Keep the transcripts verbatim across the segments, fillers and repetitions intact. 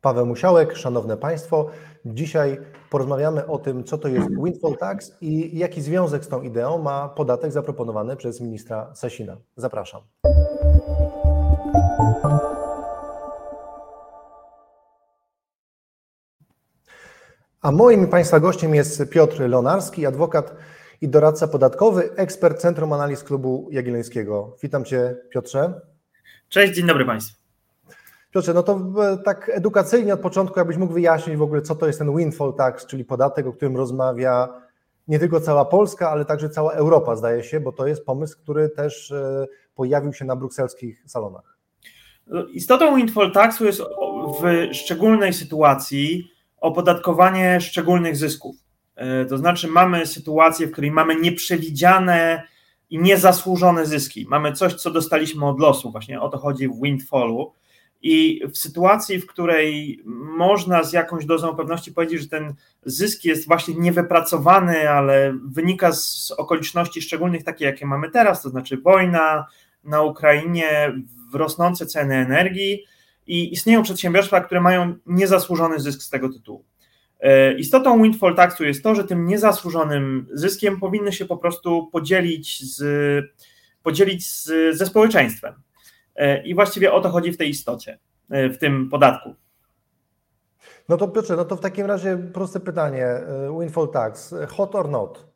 Paweł Musiałek, szanowne Państwo. Dzisiaj porozmawiamy o tym, co to jest windfall tax i jaki związek z tą ideą ma podatek zaproponowany przez ministra Sasina. Zapraszam. A moim i Państwa gościem jest Piotr Leonarski, adwokat i doradca podatkowy, ekspert Centrum Analiz Klubu Jagiellońskiego. Witam Cię, Piotrze. Cześć, dzień dobry Państwu. Piotrze, no to tak edukacyjnie od początku, jakbyś mógł wyjaśnić w ogóle, co to jest ten windfall tax, czyli podatek, o którym rozmawia nie tylko cała Polska, ale także cała Europa, zdaje się, bo to jest pomysł, który też pojawił się na brukselskich salonach. Istotą windfall taxu jest w szczególnej sytuacji opodatkowanie szczególnych zysków. To znaczy mamy sytuację, w której mamy nieprzewidziane i niezasłużone zyski. Mamy coś, co dostaliśmy od losu, właśnie o to chodzi w windfallu. I w sytuacji, w której można z jakąś dozą pewności powiedzieć, że ten zysk jest właśnie niewypracowany, ale wynika z okoliczności szczególnych, takie jakie mamy teraz, to znaczy wojna na Ukrainie, rosnące ceny energii i istnieją przedsiębiorstwa, które mają niezasłużony zysk z tego tytułu. Istotą windfall taxu jest to, że tym niezasłużonym zyskiem powinny się po prostu podzielić, z, podzielić z, ze społeczeństwem. I właściwie o to chodzi w tej istocie, w tym podatku. No to Piotrze, no to w takim razie proste pytanie, windfall tax, hot or not?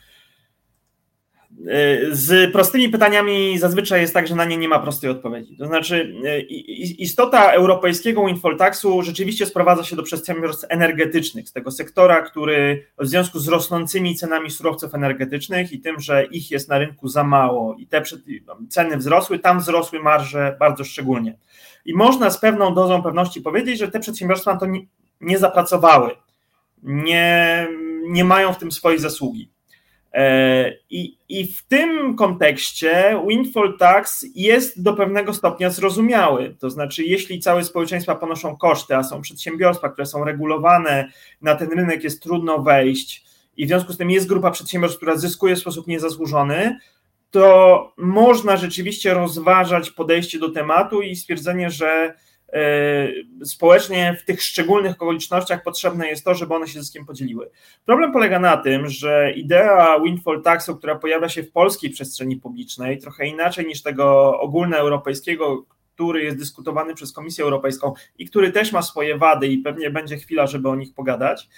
Z prostymi pytaniami zazwyczaj jest tak, że na nie nie ma prostej odpowiedzi. To znaczy istota europejskiego windfall taxu rzeczywiście sprowadza się do przedsiębiorstw energetycznych, z tego sektora, który w związku z rosnącymi cenami surowców energetycznych i tym, że ich jest na rynku za mało i te ceny wzrosły, tam wzrosły marże bardzo szczególnie. I można z pewną dozą pewności powiedzieć, że te przedsiębiorstwa to nie, nie zapracowały, nie, nie mają w tym swojej zasługi. I, I w tym kontekście windfall tax jest do pewnego stopnia zrozumiały, to znaczy jeśli całe społeczeństwa ponoszą koszty, a są przedsiębiorstwa, które są regulowane, na ten rynek jest trudno wejść i w związku z tym jest grupa przedsiębiorstw, która zyskuje w sposób niezasłużony, to można rzeczywiście rozważać podejście do tematu i stwierdzenie, że społecznie w tych szczególnych okolicznościach potrzebne jest to, żeby one się zyskiem podzieliły. Problem polega na tym, że idea windfall taxu, która pojawia się w polskiej przestrzeni publicznej, trochę inaczej niż tego ogólnoeuropejskiego, który jest dyskutowany przez Komisję Europejską i który też ma swoje wady i pewnie będzie chwila, żeby o nich pogadać.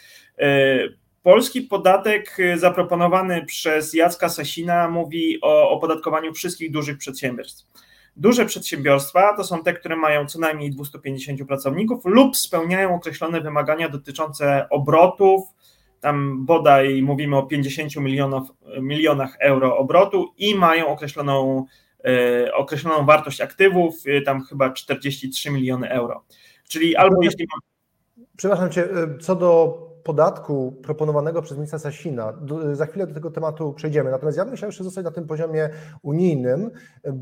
Polski podatek zaproponowany przez Jacka Sasina mówi o opodatkowaniu wszystkich dużych przedsiębiorstw. Duże przedsiębiorstwa to są te, które mają co najmniej dwieście pięćdziesiąt pracowników lub spełniają określone wymagania dotyczące obrotów, tam bodaj mówimy o pięćdziesięciu milionach, milionach euro obrotu i mają określoną, e, określoną wartość aktywów, tam chyba czterdzieści trzy miliony euro. Czyli albo jeśli mam... Przepraszam Cię, co do podatku proponowanego przez ministra Sasina, za chwilę do tego tematu przejdziemy, natomiast ja bym chciał jeszcze zostać na tym poziomie unijnym,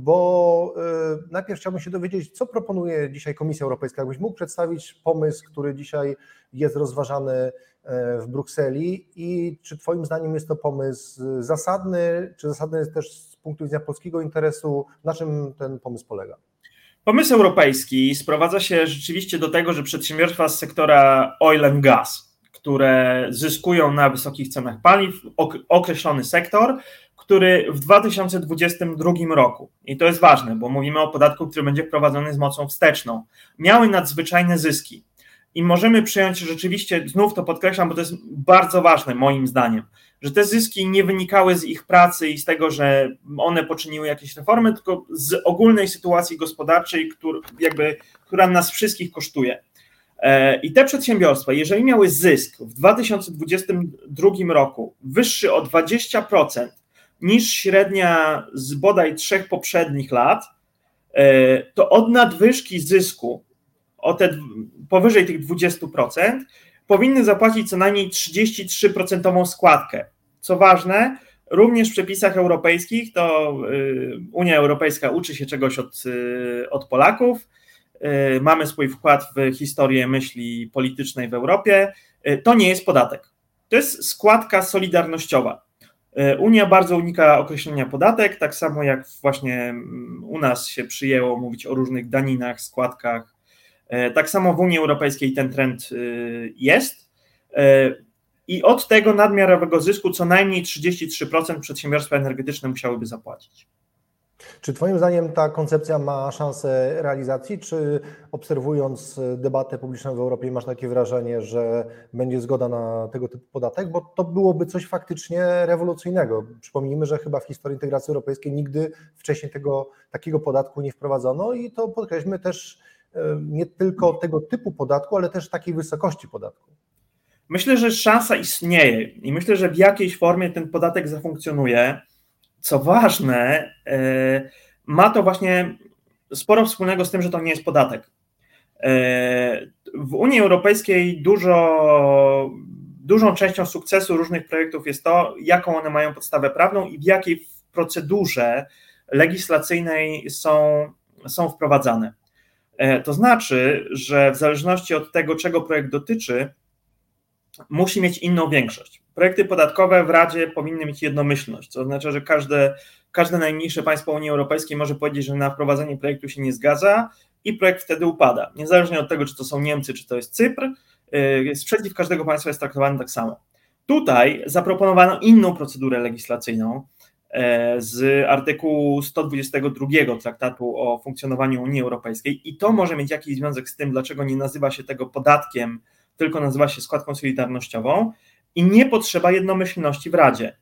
bo najpierw chciałbym się dowiedzieć, co proponuje dzisiaj Komisja Europejska. Jakbyś mógł przedstawić pomysł, który dzisiaj jest rozważany w Brukseli i czy Twoim zdaniem jest to pomysł zasadny, czy zasadny jest też z punktu widzenia polskiego interesu, na czym ten pomysł polega? Pomysł europejski sprowadza się rzeczywiście do tego, że przedsiębiorstwa z sektora oil and gas, które zyskują na wysokich cenach paliw, określony sektor, który w dwa tysiące dwudziestym drugim roku, i to jest ważne, bo mówimy o podatku, który będzie wprowadzony z mocą wsteczną, miały nadzwyczajne zyski. I możemy przyjąć rzeczywiście, znów to podkreślam, bo to jest bardzo ważne moim zdaniem, że te zyski nie wynikały z ich pracy i z tego, że one poczyniły jakieś reformy, tylko z ogólnej sytuacji gospodarczej, który, jakby, która nas wszystkich kosztuje. I te przedsiębiorstwa, jeżeli miały zysk w dwa tysiące dwudziestym drugim roku wyższy o dwadzieścia procent niż średnia z bodaj trzech poprzednich lat, to od nadwyżki zysku o te powyżej tych dwudziestu procent powinny zapłacić co najmniej trzydzieści trzy procent składkę. Co ważne, również w przepisach europejskich, to Unia Europejska uczy się czegoś od, od Polaków, mamy swój wkład w historię myśli politycznej w Europie, to nie jest podatek. To jest składka solidarnościowa. Unia bardzo unika określenia podatek, tak samo jak właśnie u nas się przyjęło mówić o różnych daninach, składkach Tak samo w Unii Europejskiej ten trend jest i od tego nadmiarowego zysku co najmniej trzydzieści trzy procent przedsiębiorstwa energetyczne musiałyby zapłacić. Czy Twoim zdaniem ta koncepcja ma szansę realizacji, czy obserwując debatę publiczną w Europie masz takie wrażenie, że będzie zgoda na tego typu podatek, bo to byłoby coś faktycznie rewolucyjnego. Przypomnijmy, że chyba w historii integracji europejskiej nigdy wcześniej tego takiego podatku nie wprowadzono i to podkreślmy też nie tylko tego typu podatku, ale też takiej wysokości podatku. Myślę, że szansa istnieje i myślę, że w jakiejś formie ten podatek zafunkcjonuje. Co ważne, ma to właśnie sporo wspólnego z tym, że to nie jest podatek. W Unii Europejskiej dużo, dużą częścią sukcesu różnych projektów jest to, jaką one mają podstawę prawną i w jakiej procedurze legislacyjnej są, są wprowadzane. To znaczy, że w zależności od tego, czego projekt dotyczy, musi mieć inną większość. Projekty podatkowe w Radzie powinny mieć jednomyślność, co oznacza, że każde, każde najmniejsze państwo Unii Europejskiej może powiedzieć, że na wprowadzenie projektu się nie zgadza i projekt wtedy upada. Niezależnie od tego, czy to są Niemcy, czy to jest Cypr, sprzeciw każdego państwa jest traktowany tak samo. Tutaj zaproponowano inną procedurę legislacyjną z artykułu sto dwudziestego drugiego Traktatu o funkcjonowaniu Unii Europejskiej i to może mieć jakiś związek z tym, dlaczego nie nazywa się tego podatkiem, tylko nazywa się składką solidarnościową i nie potrzeba jednomyślności w Radzie,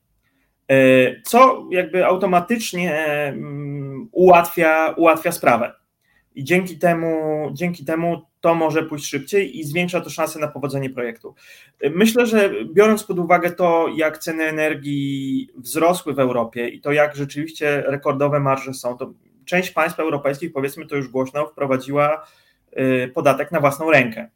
co jakby automatycznie ułatwia, ułatwia sprawę. I dzięki temu, dzięki temu to może pójść szybciej i zwiększa to szanse na powodzenie projektu. Myślę, że biorąc pod uwagę to, jak ceny energii wzrosły w Europie i to, jak rzeczywiście rekordowe marże są, to część państw europejskich, powiedzmy to już głośno, wprowadziła podatek na własną rękę.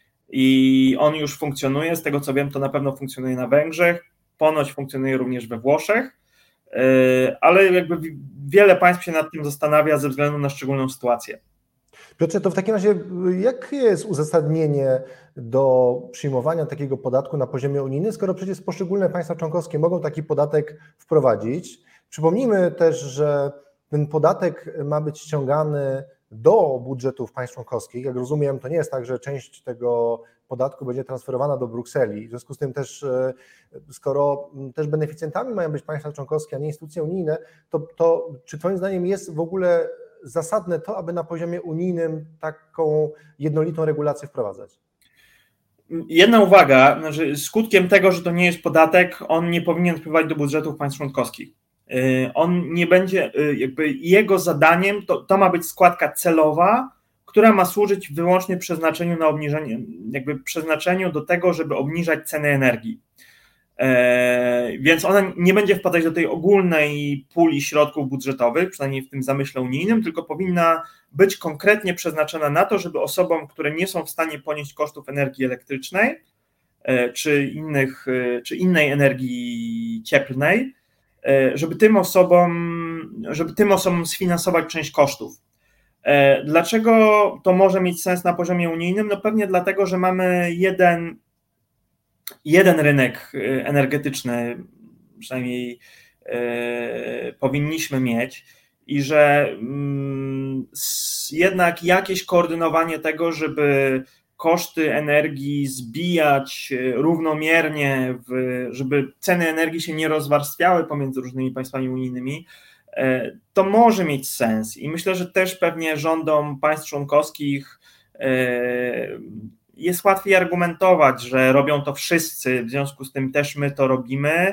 I on już funkcjonuje, z tego co wiem, to na pewno funkcjonuje na Węgrzech, ponoć funkcjonuje również we Włoszech, ale jakby wiele państw się nad tym zastanawia ze względu na szczególną sytuację. Piotrze, to w takim razie jakie jest uzasadnienie do przyjmowania takiego podatku na poziomie unijnym, skoro przecież poszczególne państwa członkowskie mogą taki podatek wprowadzić? Przypomnijmy też, że ten podatek ma być ściągany do budżetów państw członkowskich. Jak rozumiem, to nie jest tak, że część tego podatku będzie transferowana do Brukseli. W związku z tym też, skoro też beneficjentami mają być państwa członkowskie, a nie instytucje unijne, to, to czy Twoim zdaniem jest w ogóle zasadne to, aby na poziomie unijnym taką jednolitą regulację wprowadzać? Jedna uwaga, znaczy skutkiem tego, że to nie jest podatek, on nie powinien wpływać do budżetów państw członkowskich. On nie będzie, jakby jego zadaniem to, to ma być składka celowa, która ma służyć wyłącznie przeznaczeniu na obniżenie, jakby przeznaczeniu do tego, żeby obniżać ceny energii. Więc ona nie będzie wpadać do tej ogólnej puli środków budżetowych, przynajmniej w tym zamyśle unijnym, tylko powinna być konkretnie przeznaczona na to, żeby osobom, które nie są w stanie ponieść kosztów energii elektrycznej czy innych, czy innej energii cieplnej, żeby tym osobom, żeby tym osobom sfinansować część kosztów. Dlaczego to może mieć sens na poziomie unijnym? No pewnie dlatego, że mamy jeden, jeden rynek energetyczny, przynajmniej e, powinniśmy mieć, i że mm, jednak jakieś koordynowanie tego, żeby koszty energii zbijać równomiernie, w, żeby ceny energii się nie rozwarstwiały pomiędzy różnymi państwami unijnymi, to może mieć sens. I myślę, że też pewnie rządom państw członkowskich jest łatwiej argumentować, że robią to wszyscy, w związku z tym też my to robimy.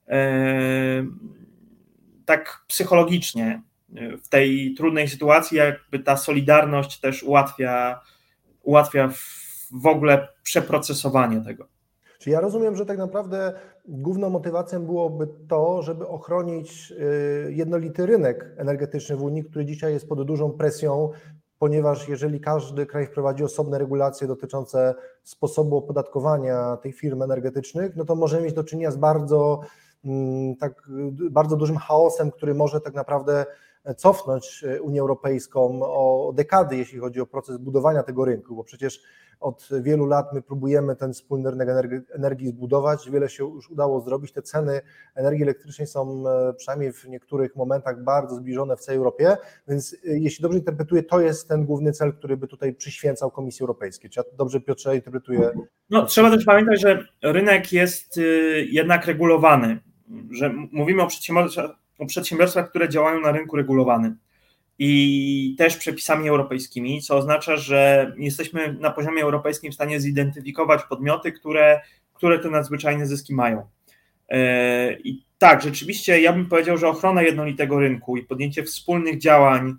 Tak psychologicznie w tej trudnej sytuacji jakby ta solidarność też ułatwia ułatwia w ogóle przeprocesowanie tego. Czyli ja rozumiem, że tak naprawdę główną motywacją byłoby to, żeby ochronić jednolity rynek energetyczny w Unii, który dzisiaj jest pod dużą presją, ponieważ jeżeli każdy kraj wprowadzi osobne regulacje dotyczące sposobu opodatkowania tych firm energetycznych, no to możemy mieć do czynienia z bardzo, tak, bardzo dużym chaosem, który może tak naprawdę cofnąć Unię Europejską o dekady, jeśli chodzi o proces budowania tego rynku, bo przecież od wielu lat my próbujemy ten wspólny rynek energii, energii zbudować, wiele się już udało zrobić, te ceny energii elektrycznej są przynajmniej w niektórych momentach bardzo zbliżone w całej Europie, więc jeśli dobrze interpretuję, to jest ten główny cel, który by tutaj przyświęcał Komisji Europejskiej. Czy ja dobrze, Piotrze, interpretuję? No, trzeba też pamiętać, że rynek jest jednak regulowany, że mówimy o przedsiębiorstwach, o przedsiębiorstwach, które działają na rynku regulowanym i też przepisami europejskimi, co oznacza, że jesteśmy na poziomie europejskim w stanie zidentyfikować podmioty, które, które te nadzwyczajne zyski mają. I tak, rzeczywiście ja bym powiedział, że ochrona jednolitego rynku i podjęcie wspólnych działań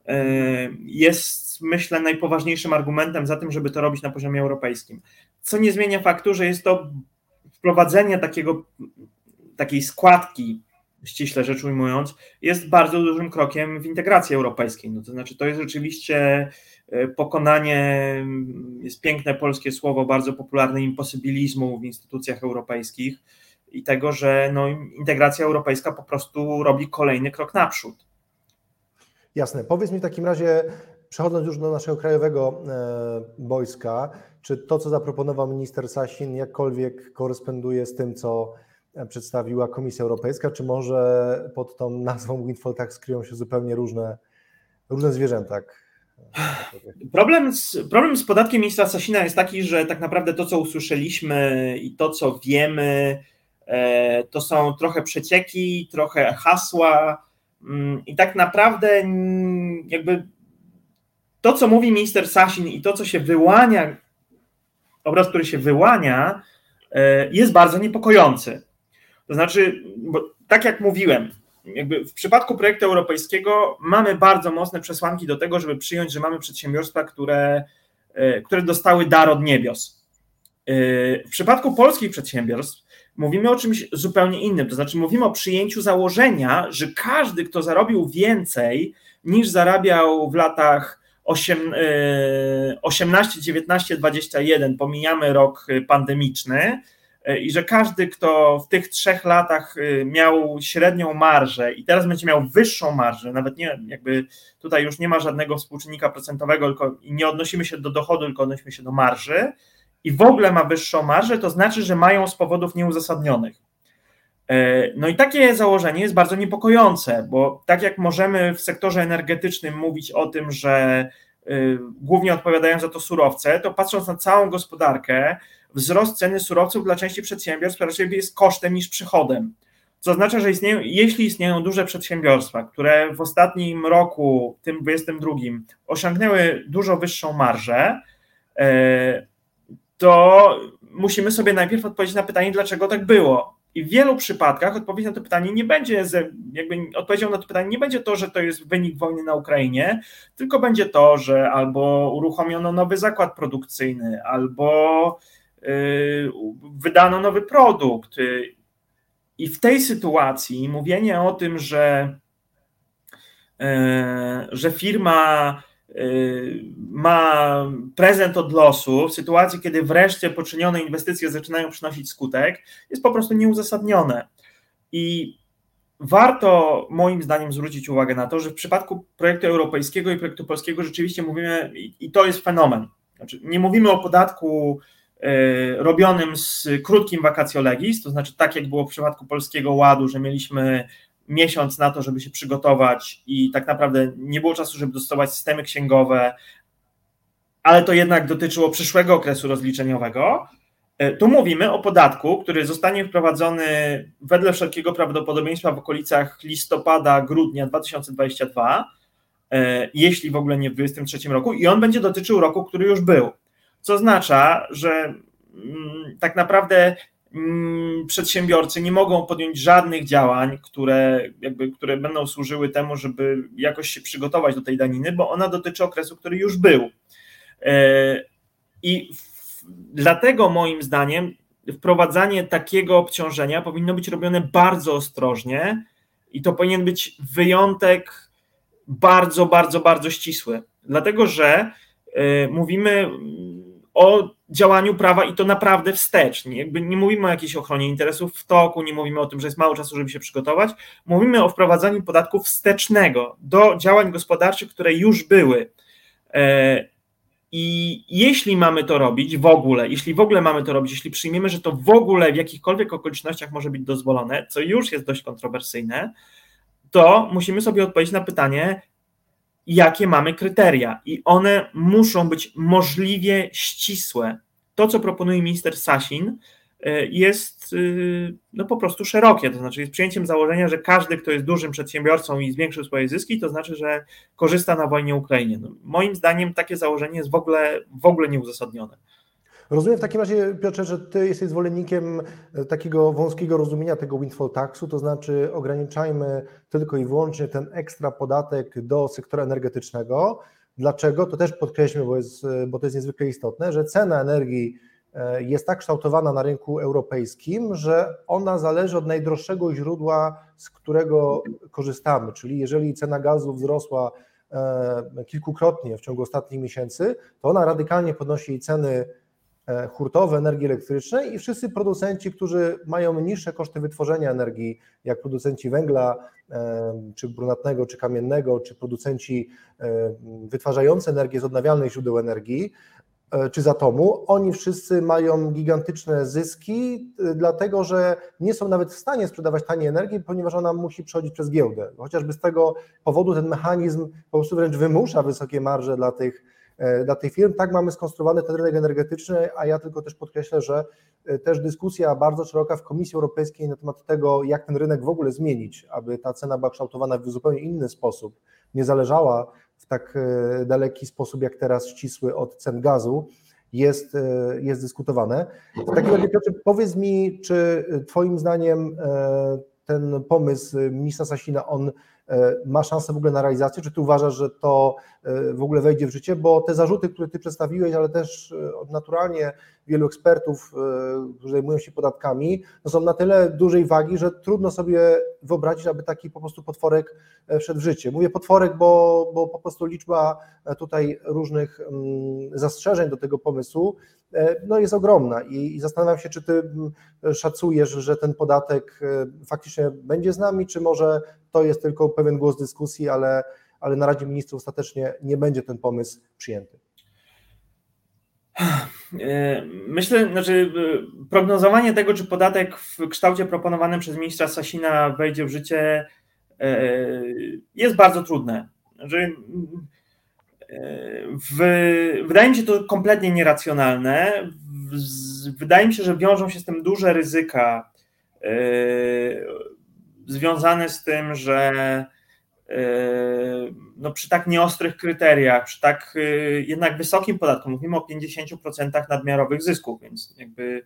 jest, myślę, najpoważniejszym argumentem za tym, żeby to robić na poziomie europejskim. Co nie zmienia faktu, że jest to wprowadzenie takiego, takiej składki, ściśle rzecz ujmując, jest bardzo dużym krokiem w integracji europejskiej. No to znaczy, to jest rzeczywiście pokonanie, jest piękne polskie słowo, bardzo popularne, imposybilizmu w instytucjach europejskich i tego, że no, integracja europejska po prostu robi kolejny krok naprzód. Jasne. Powiedz mi w takim razie, przechodząc już do naszego krajowego wojska, czy to, co zaproponował minister Sasin, jakkolwiek koresponduje z tym, co przedstawiła Komisja Europejska, czy może pod tą nazwą windfall tax kryją się zupełnie różne, różne zwierzęta? Problem z, problem z podatkiem ministra Sasina jest taki, że tak naprawdę to, co usłyszeliśmy i to, co wiemy, to są trochę przecieki, trochę hasła i tak naprawdę jakby to, co mówi minister Sasin i to, co się wyłania, obraz, który się wyłania, jest bardzo niepokojący. To znaczy, bo tak jak mówiłem, jakby w przypadku projektu europejskiego mamy bardzo mocne przesłanki do tego, żeby przyjąć, że mamy przedsiębiorstwa, które, które dostały dar od niebios. W przypadku polskich przedsiębiorstw mówimy o czymś zupełnie innym, to znaczy mówimy o przyjęciu założenia, że każdy, kto zarobił więcej niż zarabiał w latach osiemnaście, dziewiętnaście, dwadzieścia jeden, pomijamy rok pandemiczny, i że każdy, kto w tych trzech latach miał średnią marżę i teraz będzie miał wyższą marżę, nawet nie, jakby tutaj już nie ma żadnego współczynnika procentowego, tylko nie odnosimy się do dochodu, tylko odnosimy się do marży i w ogóle ma wyższą marżę, to znaczy, że mają z powodów nieuzasadnionych. No i takie założenie jest bardzo niepokojące, bo tak jak możemy w sektorze energetycznym mówić o tym, że głównie odpowiadają za to surowce, to patrząc na całą gospodarkę, wzrost ceny surowców dla części przedsiębiorstw raczej jest kosztem niż przychodem. Co oznacza, że istnieją, jeśli istnieją duże przedsiębiorstwa, które w ostatnim roku, tym dwudziestym drugim, osiągnęły dużo wyższą marżę, to musimy sobie najpierw odpowiedzieć na pytanie, dlaczego tak było. I w wielu przypadkach odpowiedź na to pytanie nie będzie, jakby odpowiedzią na to pytanie nie będzie to, że to jest wynik wojny na Ukrainie, tylko będzie to, że albo uruchomiono nowy zakład produkcyjny, albo wydano nowy produkt. I w tej sytuacji mówienie o tym, że, że firma ma prezent od losu, w sytuacji, kiedy wreszcie poczynione inwestycje zaczynają przynosić skutek, jest po prostu nieuzasadnione. I warto moim zdaniem zwrócić uwagę na to, że w przypadku projektu europejskiego i projektu polskiego rzeczywiście mówimy, i to jest fenomen, znaczy nie mówimy o podatku robionym z krótkim vacatio legis, to znaczy tak jak było w przypadku Polskiego Ładu, że mieliśmy miesiąc na to, żeby się przygotować i tak naprawdę nie było czasu, żeby dostosować systemy księgowe, ale to jednak dotyczyło przyszłego okresu rozliczeniowego. Tu mówimy o podatku, który zostanie wprowadzony wedle wszelkiego prawdopodobieństwa w okolicach listopada, grudnia dwa tysiące dwudziestego drugiego, jeśli w ogóle nie w dwudziestym trzecim roku, i on będzie dotyczył roku, który już był. Co oznacza, że tak naprawdę przedsiębiorcy nie mogą podjąć żadnych działań, które, jakby, które będą służyły temu, żeby jakoś się przygotować do tej daniny, bo ona dotyczy okresu, który już był. I dlatego moim zdaniem wprowadzanie takiego obciążenia powinno być robione bardzo ostrożnie i to powinien być wyjątek bardzo, bardzo, bardzo ścisły. Dlatego, że mówimy o działaniu prawa i to naprawdę wstecz. Nie, jakby nie mówimy o jakiejś ochronie interesów w toku, nie mówimy o tym, że jest mało czasu, żeby się przygotować. Mówimy o wprowadzaniu podatku wstecznego do działań gospodarczych, które już były. I jeśli mamy to robić w ogóle, jeśli w ogóle mamy to robić, jeśli przyjmiemy, że to w ogóle w jakichkolwiek okolicznościach może być dozwolone, co już jest dość kontrowersyjne, to musimy sobie odpowiedzieć na pytanie, jakie mamy kryteria i one muszą być możliwie ścisłe. To, co proponuje minister Sasin, jest no po prostu szerokie, to znaczy jest przyjęciem założenia, że każdy, kto jest dużym przedsiębiorcą i zwiększył swoje zyski, to znaczy, że korzysta na wojnie Ukrainie. No, moim zdaniem takie założenie jest w ogóle, w ogóle nieuzasadnione. Rozumiem w takim razie, Piotrze, że ty jesteś zwolennikiem takiego wąskiego rozumienia tego windfall taxu, to znaczy ograniczajmy tylko i wyłącznie ten ekstra podatek do sektora energetycznego. Dlaczego? To też podkreślmy, bo, jest, bo to jest niezwykle istotne, że cena energii jest tak kształtowana na rynku europejskim, że ona zależy od najdroższego źródła, z którego korzystamy, czyli jeżeli cena gazu wzrosła kilkukrotnie w ciągu ostatnich miesięcy, to ona radykalnie podnosi ceny hurtowe energii elektrycznej i wszyscy producenci, którzy mają niższe koszty wytworzenia energii, jak producenci węgla, czy brunatnego, czy kamiennego, czy producenci wytwarzający energię z odnawialnych źródeł energii, czy z atomu, oni wszyscy mają gigantyczne zyski, dlatego że nie są nawet w stanie sprzedawać taniej energii, ponieważ ona musi przechodzić przez giełdę. Chociażby z tego powodu ten mechanizm po prostu wręcz wymusza wysokie marże dla tych, dla tych firm. Tak mamy skonstruowany ten rynek energetyczny, a ja tylko też podkreślę, że też dyskusja bardzo szeroka w Komisji Europejskiej na temat tego, jak ten rynek w ogóle zmienić, aby ta cena była kształtowana w zupełnie inny sposób, nie zależała w tak daleki sposób jak teraz ścisły od cen gazu, jest, jest dyskutowane. W takim razie, Piotrze, powiedz mi, czy twoim zdaniem ten pomysł ministra Sasina, on ma szansę w ogóle na realizację, czy ty uważasz, że to w ogóle wejdzie w życie, bo te zarzuty, które ty przedstawiłeś, ale też naturalnie wielu ekspertów, którzy zajmują się podatkami, no są na tyle dużej wagi, że trudno sobie wyobrazić, aby taki po prostu potworek wszedł w życie. Mówię potworek, bo, bo po prostu liczba tutaj różnych zastrzeżeń do tego pomysłu no jest ogromna i, i zastanawiam się, czy ty szacujesz, że ten podatek faktycznie będzie z nami, czy może to jest tylko pewien głos dyskusji, ale, ale na Radzie Ministrów ostatecznie nie będzie ten pomysł przyjęty. Myślę, znaczy prognozowanie tego, czy podatek w kształcie proponowanym przez ministra Sasina wejdzie w życie, jest bardzo trudne. Znaczy, w, wydaje mi się to kompletnie nieracjonalne. Wydaje mi się, że wiążą się z tym duże ryzyka związane z tym, że no przy tak nieostrych kryteriach, przy tak jednak wysokim podatku, mówimy o pięćdziesięciu procentach nadmiarowych zysków, więc jakby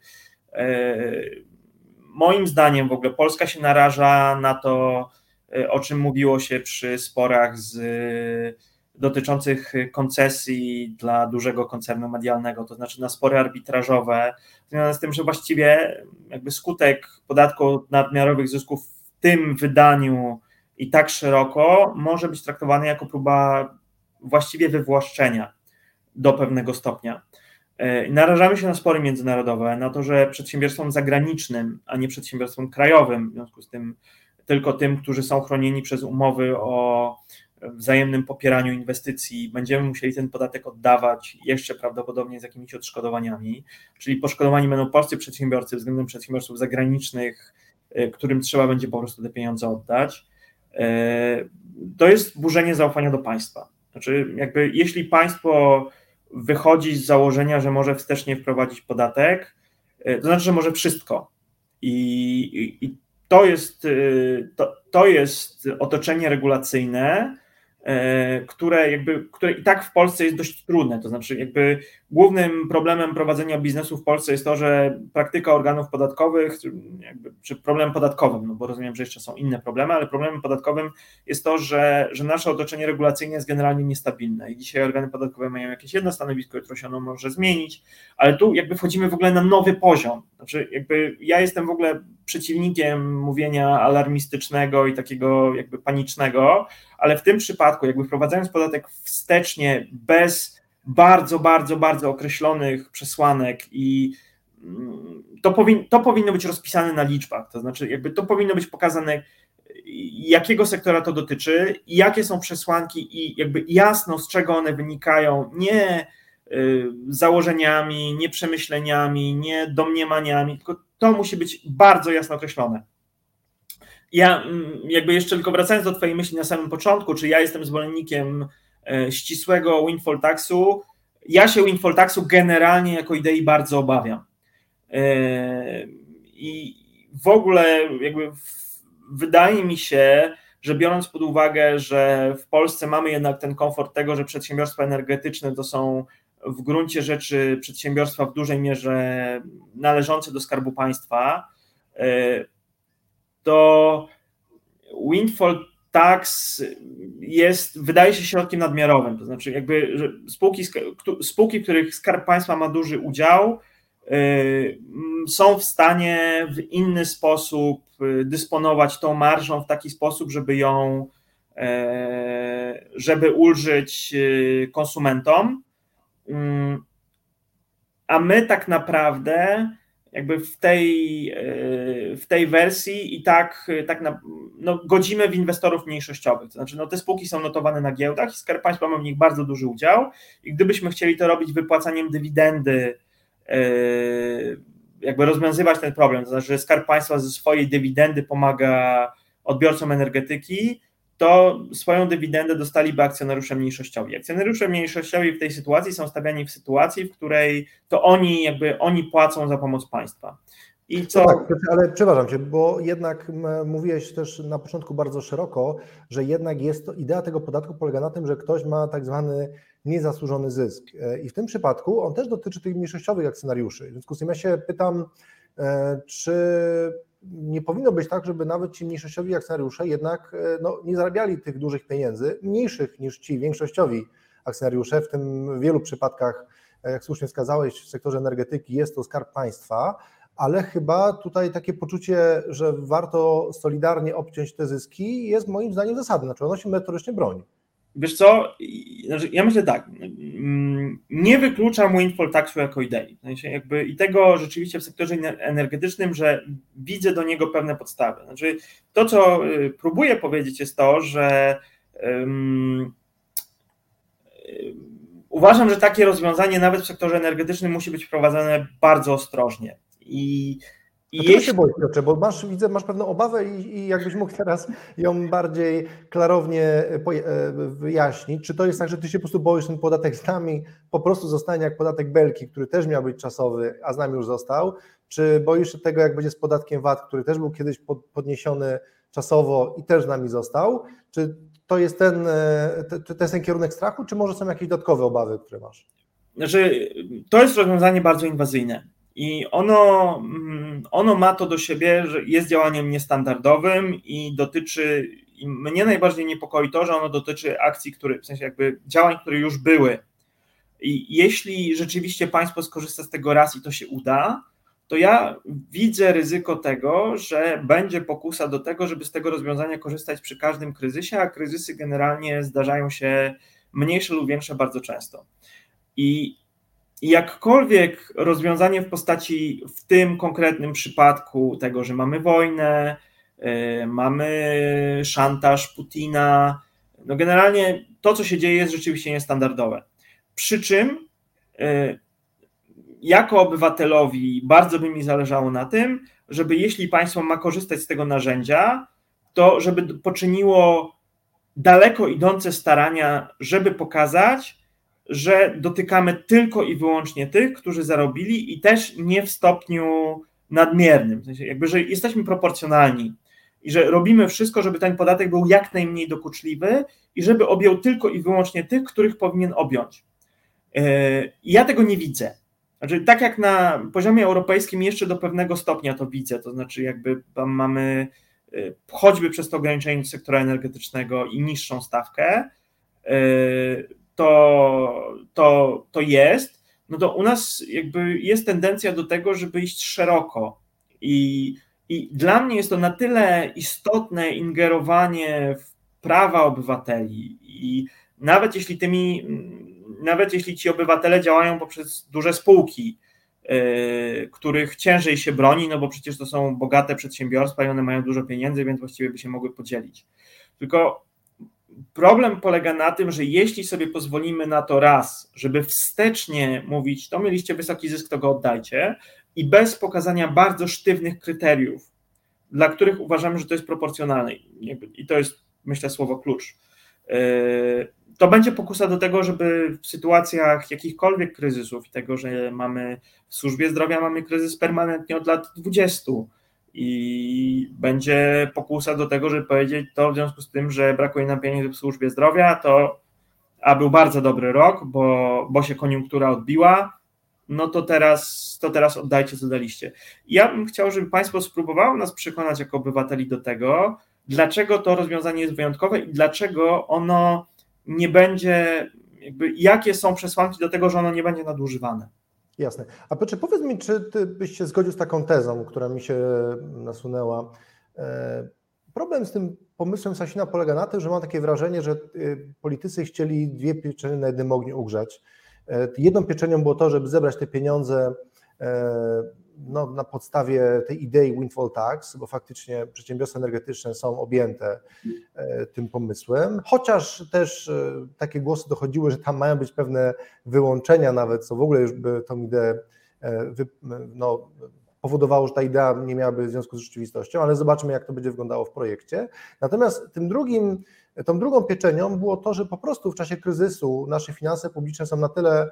moim zdaniem w ogóle Polska się naraża na to, o czym mówiło się przy sporach z, dotyczących koncesji dla dużego koncernu medialnego, to znaczy na spory arbitrażowe, związane z tym, że właściwie jakby skutek podatku od nadmiarowych zysków w tym wydaniu i tak szeroko może być traktowany jako próba właściwie wywłaszczenia do pewnego stopnia. Narażamy się na spory międzynarodowe, na to, że przedsiębiorstwom zagranicznym, a nie przedsiębiorstwom krajowym, w związku z tym tylko tym, którzy są chronieni przez umowy o wzajemnym popieraniu inwestycji, będziemy musieli ten podatek oddawać jeszcze prawdopodobnie z jakimiś odszkodowaniami, czyli poszkodowani będą polscy przedsiębiorcy względem przedsiębiorców zagranicznych, którym trzeba będzie po prostu te pieniądze oddać. To jest burzenie zaufania do państwa. Znaczy, jakby jeśli państwo wychodzi z założenia, że może wstecznie wprowadzić podatek, to znaczy, że może wszystko. I, i, i to jest, to, to jest otoczenie regulacyjne, które jakby, które i tak w Polsce jest dość trudne, to znaczy jakby głównym problemem prowadzenia biznesu w Polsce jest to, że praktyka organów podatkowych, jakby, czy problem podatkowym, no bo rozumiem, że jeszcze są inne problemy, ale problemem podatkowym jest to, że, że nasze otoczenie regulacyjne jest generalnie niestabilne i dzisiaj organy podatkowe mają jakieś jedno stanowisko, jutro się ono może zmienić, ale tu jakby wchodzimy w ogóle na nowy poziom, znaczy jakby ja jestem w ogóle przeciwnikiem mówienia alarmistycznego i takiego jakby panicznego, ale w tym przypadku jakby wprowadzając podatek wstecznie bez bardzo, bardzo, bardzo określonych przesłanek i to, powin, to powinno być rozpisane na liczbach, to znaczy jakby to powinno być pokazane, jakiego sektora to dotyczy i jakie są przesłanki i jakby jasno, z czego one wynikają, nie założeniami, nie przemyśleniami, nie domniemaniami, tylko to musi być bardzo jasno określone. Ja jakby jeszcze tylko wracając do twojej myśli na samym początku, czy ja jestem zwolennikiem ścisłego windfall taxu, ja się windfall taxu generalnie jako idei bardzo obawiam. I w ogóle jakby wydaje mi się, że biorąc pod uwagę, że w Polsce mamy jednak ten komfort tego, że przedsiębiorstwa energetyczne to są w gruncie rzeczy przedsiębiorstwa w dużej mierze należące do Skarbu Państwa, to windfall tax jest, wydaje się środkiem nadmiarowym, to znaczy jakby że spółki, spółki, w których Skarb Państwa ma duży udział, są w stanie w inny sposób dysponować tą marżą w taki sposób, żeby ją, żeby ulżyć konsumentom, a my tak naprawdę jakby w tej, w tej wersji i tak, tak na, no, godzimy w inwestorów mniejszościowych. To znaczy, no, te spółki są notowane na giełdach i Skarb Państwa ma w nich bardzo duży udział i gdybyśmy chcieli to robić wypłacaniem dywidendy, jakby rozwiązywać ten problem, to znaczy, że Skarb Państwa ze swojej dywidendy pomaga odbiorcom energetyki, to swoją dywidendę dostaliby akcjonariusze mniejszościowi. Akcjonariusze mniejszościowi w tej sytuacji są stawiani w sytuacji, w której to oni jakby oni płacą za pomoc państwa. I co... No tak, ale przepraszam cię, bo jednak mówiłeś też na początku bardzo szeroko, że jednak jest to, idea tego podatku polega na tym, że ktoś ma tak zwany niezasłużony zysk. I w tym przypadku on też dotyczy tych mniejszościowych akcjonariuszy. W związku z tym ja się pytam, czy nie powinno być tak, żeby nawet ci mniejszościowi akcjonariusze jednak no, nie zarabiali tych dużych pieniędzy, mniejszych niż ci większościowi akcjonariusze. W tym w wielu przypadkach, jak słusznie wskazałeś, w sektorze energetyki jest to Skarb Państwa, ale chyba tutaj takie poczucie, że warto solidarnie obciąć te zyski jest moim zdaniem zasadne, znaczy ono się merytorycznie broni. Wiesz co, ja myślę tak, nie wykluczam windfall taxu jako idei, jakby i tego rzeczywiście w sektorze energetycznym, że widzę do niego pewne podstawy. Znaczy, to, co próbuję powiedzieć, jest to, że um, uważam, że takie rozwiązanie nawet w sektorze energetycznym musi być wprowadzane bardzo ostrożnie. I I jeśli... się boisz, Piotrze, bo masz, widzę, masz pewną obawę i, i jakbyś mógł teraz ją bardziej klarownie wyjaśnić. Czy to jest tak, że ty się po prostu boisz, ten podatek z nami po prostu zostanie jak podatek Belki, który też miał być czasowy, a z nami już został? Czy boisz się tego, jak będzie z podatkiem V A T, który też był kiedyś podniesiony czasowo i też z nami został? Czy to jest ten, to jest ten kierunek strachu, czy może są jakieś dodatkowe obawy, które masz? Znaczy, to jest rozwiązanie bardzo inwazyjne. I ono, ono ma to do siebie, że jest działaniem niestandardowym i dotyczy, i mnie najbardziej niepokoi to, że ono dotyczy akcji, które, w sensie jakby działań, które już były. I jeśli rzeczywiście państwo skorzysta z tego raz i to się uda, to ja widzę ryzyko tego, że będzie pokusa do tego, żeby z tego rozwiązania korzystać przy każdym kryzysie, a kryzysy generalnie zdarzają się mniejsze lub większe bardzo często. I I jakkolwiek rozwiązanie w postaci w tym konkretnym przypadku tego, że mamy wojnę, yy, mamy szantaż Putina, no generalnie to, co się dzieje, jest rzeczywiście niestandardowe. Przy czym yy, jako obywatelowi bardzo by mi zależało na tym, żeby jeśli państwo ma korzystać z tego narzędzia, to żeby poczyniło daleko idące starania, żeby pokazać, że dotykamy tylko i wyłącznie tych, którzy zarobili i też nie w stopniu nadmiernym, w sensie jakby, że jesteśmy proporcjonalni i że robimy wszystko, żeby ten podatek był jak najmniej dokuczliwy i żeby objął tylko i wyłącznie tych, których powinien objąć. I ja tego nie widzę. Znaczy, tak jak na poziomie europejskim jeszcze do pewnego stopnia to widzę, to znaczy jakby tam mamy choćby przez to ograniczenie sektora energetycznego i niższą stawkę, To, to, to jest, no to u nas jakby jest tendencja do tego, żeby iść szeroko i, i dla mnie jest to na tyle istotne ingerowanie w prawa obywateli i nawet jeśli tymi, nawet jeśli ci obywatele działają poprzez duże spółki, których ciężej się broni, no bo przecież to są bogate przedsiębiorstwa i one mają dużo pieniędzy, więc właściwie by się mogły podzielić. Tylko problem polega na tym, że jeśli sobie pozwolimy na to raz, żeby wstecznie mówić, to mieliście wysoki zysk, to go oddajcie, i bez pokazania bardzo sztywnych kryteriów, dla których uważamy, że to jest proporcjonalne, i to jest, myślę, słowo klucz, to będzie pokusa do tego, żeby w sytuacjach jakichkolwiek kryzysów i tego, że mamy w służbie zdrowia mamy kryzys permanentnie od lat dwudziestu i będzie pokusa do tego, żeby powiedzieć to w związku z tym, że brakuje nam pieniędzy w służbie zdrowia, to a był bardzo dobry rok, bo, bo się koniunktura odbiła, no to teraz, to teraz oddajcie, co daliście. Ja bym chciał, żeby państwo spróbowało nas przekonać jako obywateli do tego, dlaczego to rozwiązanie jest wyjątkowe i dlaczego ono nie będzie, jakby jakie są przesłanki do tego, że ono nie będzie nadużywane. Jasne. A Piotrze, powiedz mi, czy ty byś się zgodził z taką tezą, która mi się nasunęła. Problem z tym pomysłem Sasina polega na tym, że mam takie wrażenie, że politycy chcieli dwie pieczenie na jednym ogniu ugrzać. Jedną pieczenią było to, żeby zebrać te pieniądze no, na podstawie tej idei windfall tax, bo faktycznie przedsiębiorstwa energetyczne są objęte tym pomysłem, chociaż też takie głosy dochodziły, że tam mają być pewne wyłączenia nawet, co w ogóle już by tą ideę no, powodowało, że ta idea nie miałaby związku z rzeczywistością, ale zobaczmy, jak to będzie wyglądało w projekcie. Natomiast tym drugim, tą drugą pieczenią było to, że po prostu w czasie kryzysu nasze finanse publiczne są na tyle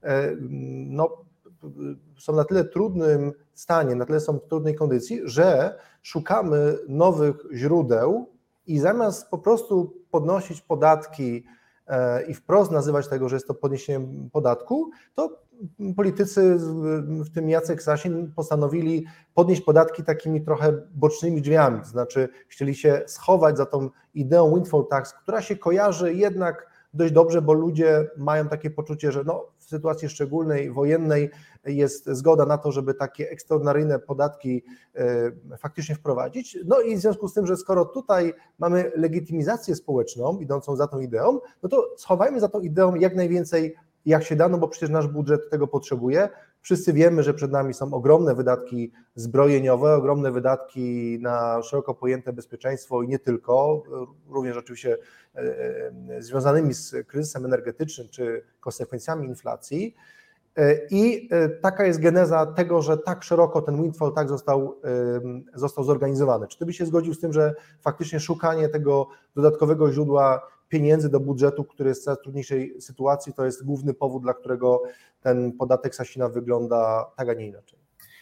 no, są na tyle trudnym stanie, na tyle są w trudnej kondycji, że szukamy nowych źródeł i zamiast po prostu podnosić podatki i wprost nazywać tego, że jest to podniesienie podatku, to politycy, w tym Jacek Sasin, postanowili podnieść podatki takimi trochę bocznymi drzwiami, to znaczy chcieli się schować za tą ideą windfall tax, która się kojarzy jednak dość dobrze, bo ludzie mają takie poczucie, że no, w sytuacji szczególnej, wojennej jest zgoda na to, żeby takie ekstraordynaryjne podatki y, faktycznie wprowadzić. No i w związku z tym, że skoro tutaj mamy legitymizację społeczną idącą za tą ideą, no to schowajmy za tą ideą jak najwięcej, jak się da, no bo przecież nasz budżet tego potrzebuje. Wszyscy wiemy, że przed nami są ogromne wydatki zbrojeniowe, ogromne wydatki na szeroko pojęte bezpieczeństwo i nie tylko, również oczywiście związanymi z kryzysem energetycznym czy konsekwencjami inflacji. I taka jest geneza tego, że tak szeroko ten windfall tax został, został zorganizowany. Czy ty byś się zgodził z tym, że faktycznie szukanie tego dodatkowego źródła pieniędzy do budżetu, który jest w coraz trudniejszej sytuacji, to jest główny powód, dla którego ten podatek Sasina wygląda tak, a nie inaczej?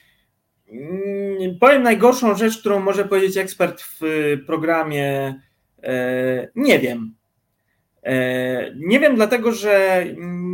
Powiem najgorszą rzecz, którą może powiedzieć ekspert w programie. Nie wiem. Nie wiem, dlatego że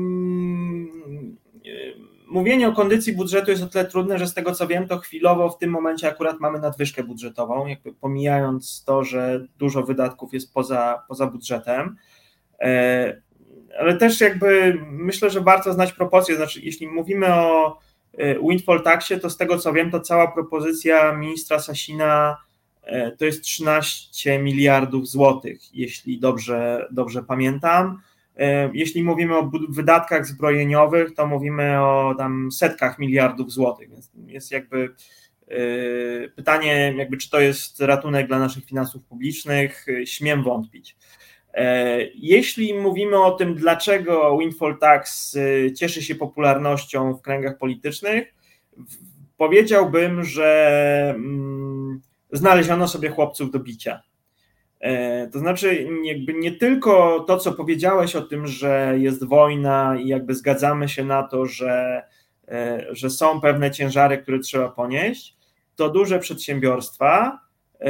mówienie o kondycji budżetu jest o tyle trudne, że z tego co wiem, to chwilowo w tym momencie akurat mamy nadwyżkę budżetową, jakby pomijając to, że dużo wydatków jest poza, poza budżetem. Ale też jakby myślę, że warto znać proporcje, znaczy jeśli mówimy o windfall taxie, to z tego co wiem, to cała propozycja ministra Sasina to jest trzynaście miliardów złotych, jeśli dobrze, dobrze pamiętam. Jeśli mówimy o wydatkach zbrojeniowych, to mówimy o tam setkach miliardów złotych, więc jest jakby pytanie, jakby czy to jest ratunek dla naszych finansów publicznych, śmiem wątpić. Jeśli mówimy o tym, dlaczego windfall tax cieszy się popularnością w kręgach politycznych, powiedziałbym, że znaleziono sobie chłopców do bicia. To znaczy jakby nie tylko to, co powiedziałeś o tym, że jest wojna i jakby zgadzamy się na to, że, że są pewne ciężary, które trzeba ponieść, to duże przedsiębiorstwa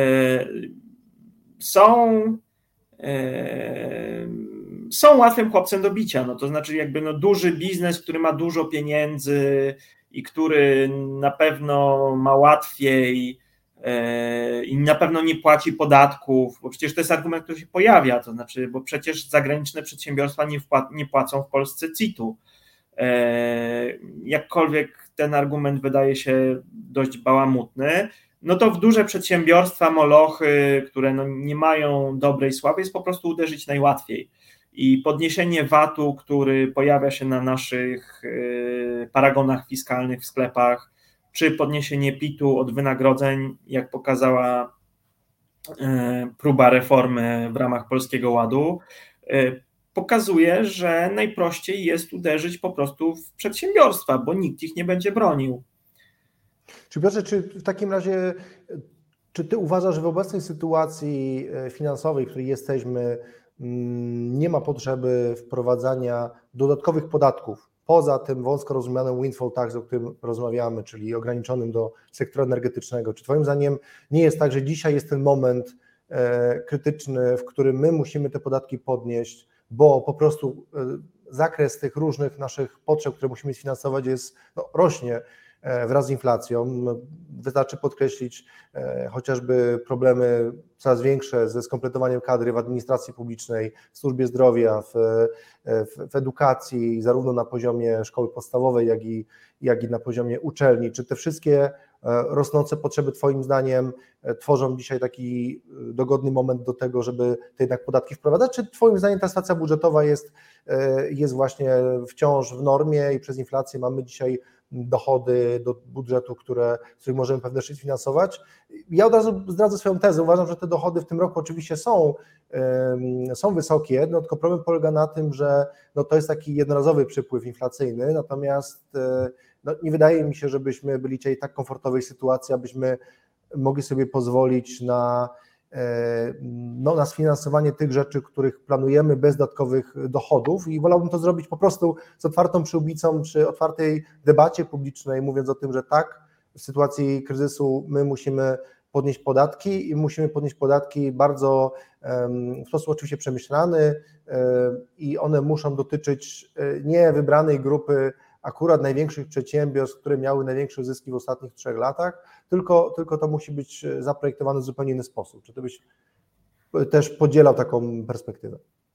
są są łatwym chłopcem do bicia, no to znaczy jakby no duży biznes, który ma dużo pieniędzy i który na pewno ma łatwiej i na pewno nie płaci podatków, bo przecież to jest argument, który się pojawia, to znaczy, bo przecież zagraniczne przedsiębiorstwa nie, wpła- nie płacą w Polsce C I T-u. Jakkolwiek ten argument wydaje się dość bałamutny, no to w duże przedsiębiorstwa, molochy, które no nie mają dobrej sławy, jest po prostu uderzyć najłatwiej. i podniesienie V A T-u, który pojawia się na naszych paragonach fiskalnych w sklepach, czy podniesienie P I T-u od wynagrodzeń, jak pokazała próba reformy w ramach Polskiego Ładu, pokazuje, że najprościej jest uderzyć po prostu w przedsiębiorstwa, bo nikt ich nie będzie bronił. Czy Piotrze, czy w takim razie, czy ty uważasz, że w obecnej sytuacji finansowej, w której jesteśmy, nie ma potrzeby wprowadzania dodatkowych podatków, poza tym wąsko rozumianym windfall tax, o którym rozmawiamy, czyli ograniczonym do sektora energetycznego? Czy twoim zdaniem nie jest tak, że dzisiaj jest ten moment krytyczny, w którym my musimy te podatki podnieść, bo po prostu zakres tych różnych naszych potrzeb, które musimy sfinansować, jest, no, rośnie wraz z inflacją. Wystarczy podkreślić chociażby problemy coraz większe ze skompletowaniem kadry w administracji publicznej, w służbie zdrowia, w, w, w edukacji, zarówno na poziomie szkoły podstawowej, jak i, jak i na poziomie uczelni. Czy te wszystkie rosnące potrzeby twoim zdaniem tworzą dzisiaj taki dogodny moment do tego, żeby te jednak podatki wprowadzać? Czy twoim zdaniem ta sytuacja budżetowa jest, jest właśnie wciąż w normie i przez inflację mamy dzisiaj dochody do budżetu, które, z których możemy pewne rzeczy finansować? Ja od razu zdradzę swoją tezę. Uważam, że te dochody w tym roku oczywiście są, są wysokie, no tylko problem polega na tym, że no to jest taki jednorazowy przypływ inflacyjny, natomiast no nie wydaje mi się, żebyśmy byli dzisiaj w tak komfortowej sytuacji, abyśmy mogli sobie pozwolić na, no, na sfinansowanie tych rzeczy, których planujemy bez dodatkowych dochodów, i wolałbym to zrobić po prostu z otwartą przyłbicą przy otwartej debacie publicznej, mówiąc o tym, że tak, w sytuacji kryzysu my musimy podnieść podatki i musimy podnieść podatki bardzo w sposób oczywiście przemyślany i one muszą dotyczyć nie wybranej grupy akurat największych przedsiębiorstw, które miały największe zyski w ostatnich trzech latach, tylko, tylko to musi być zaprojektowane w zupełnie inny sposób. Czy ty byś też podzielał taką perspektywę?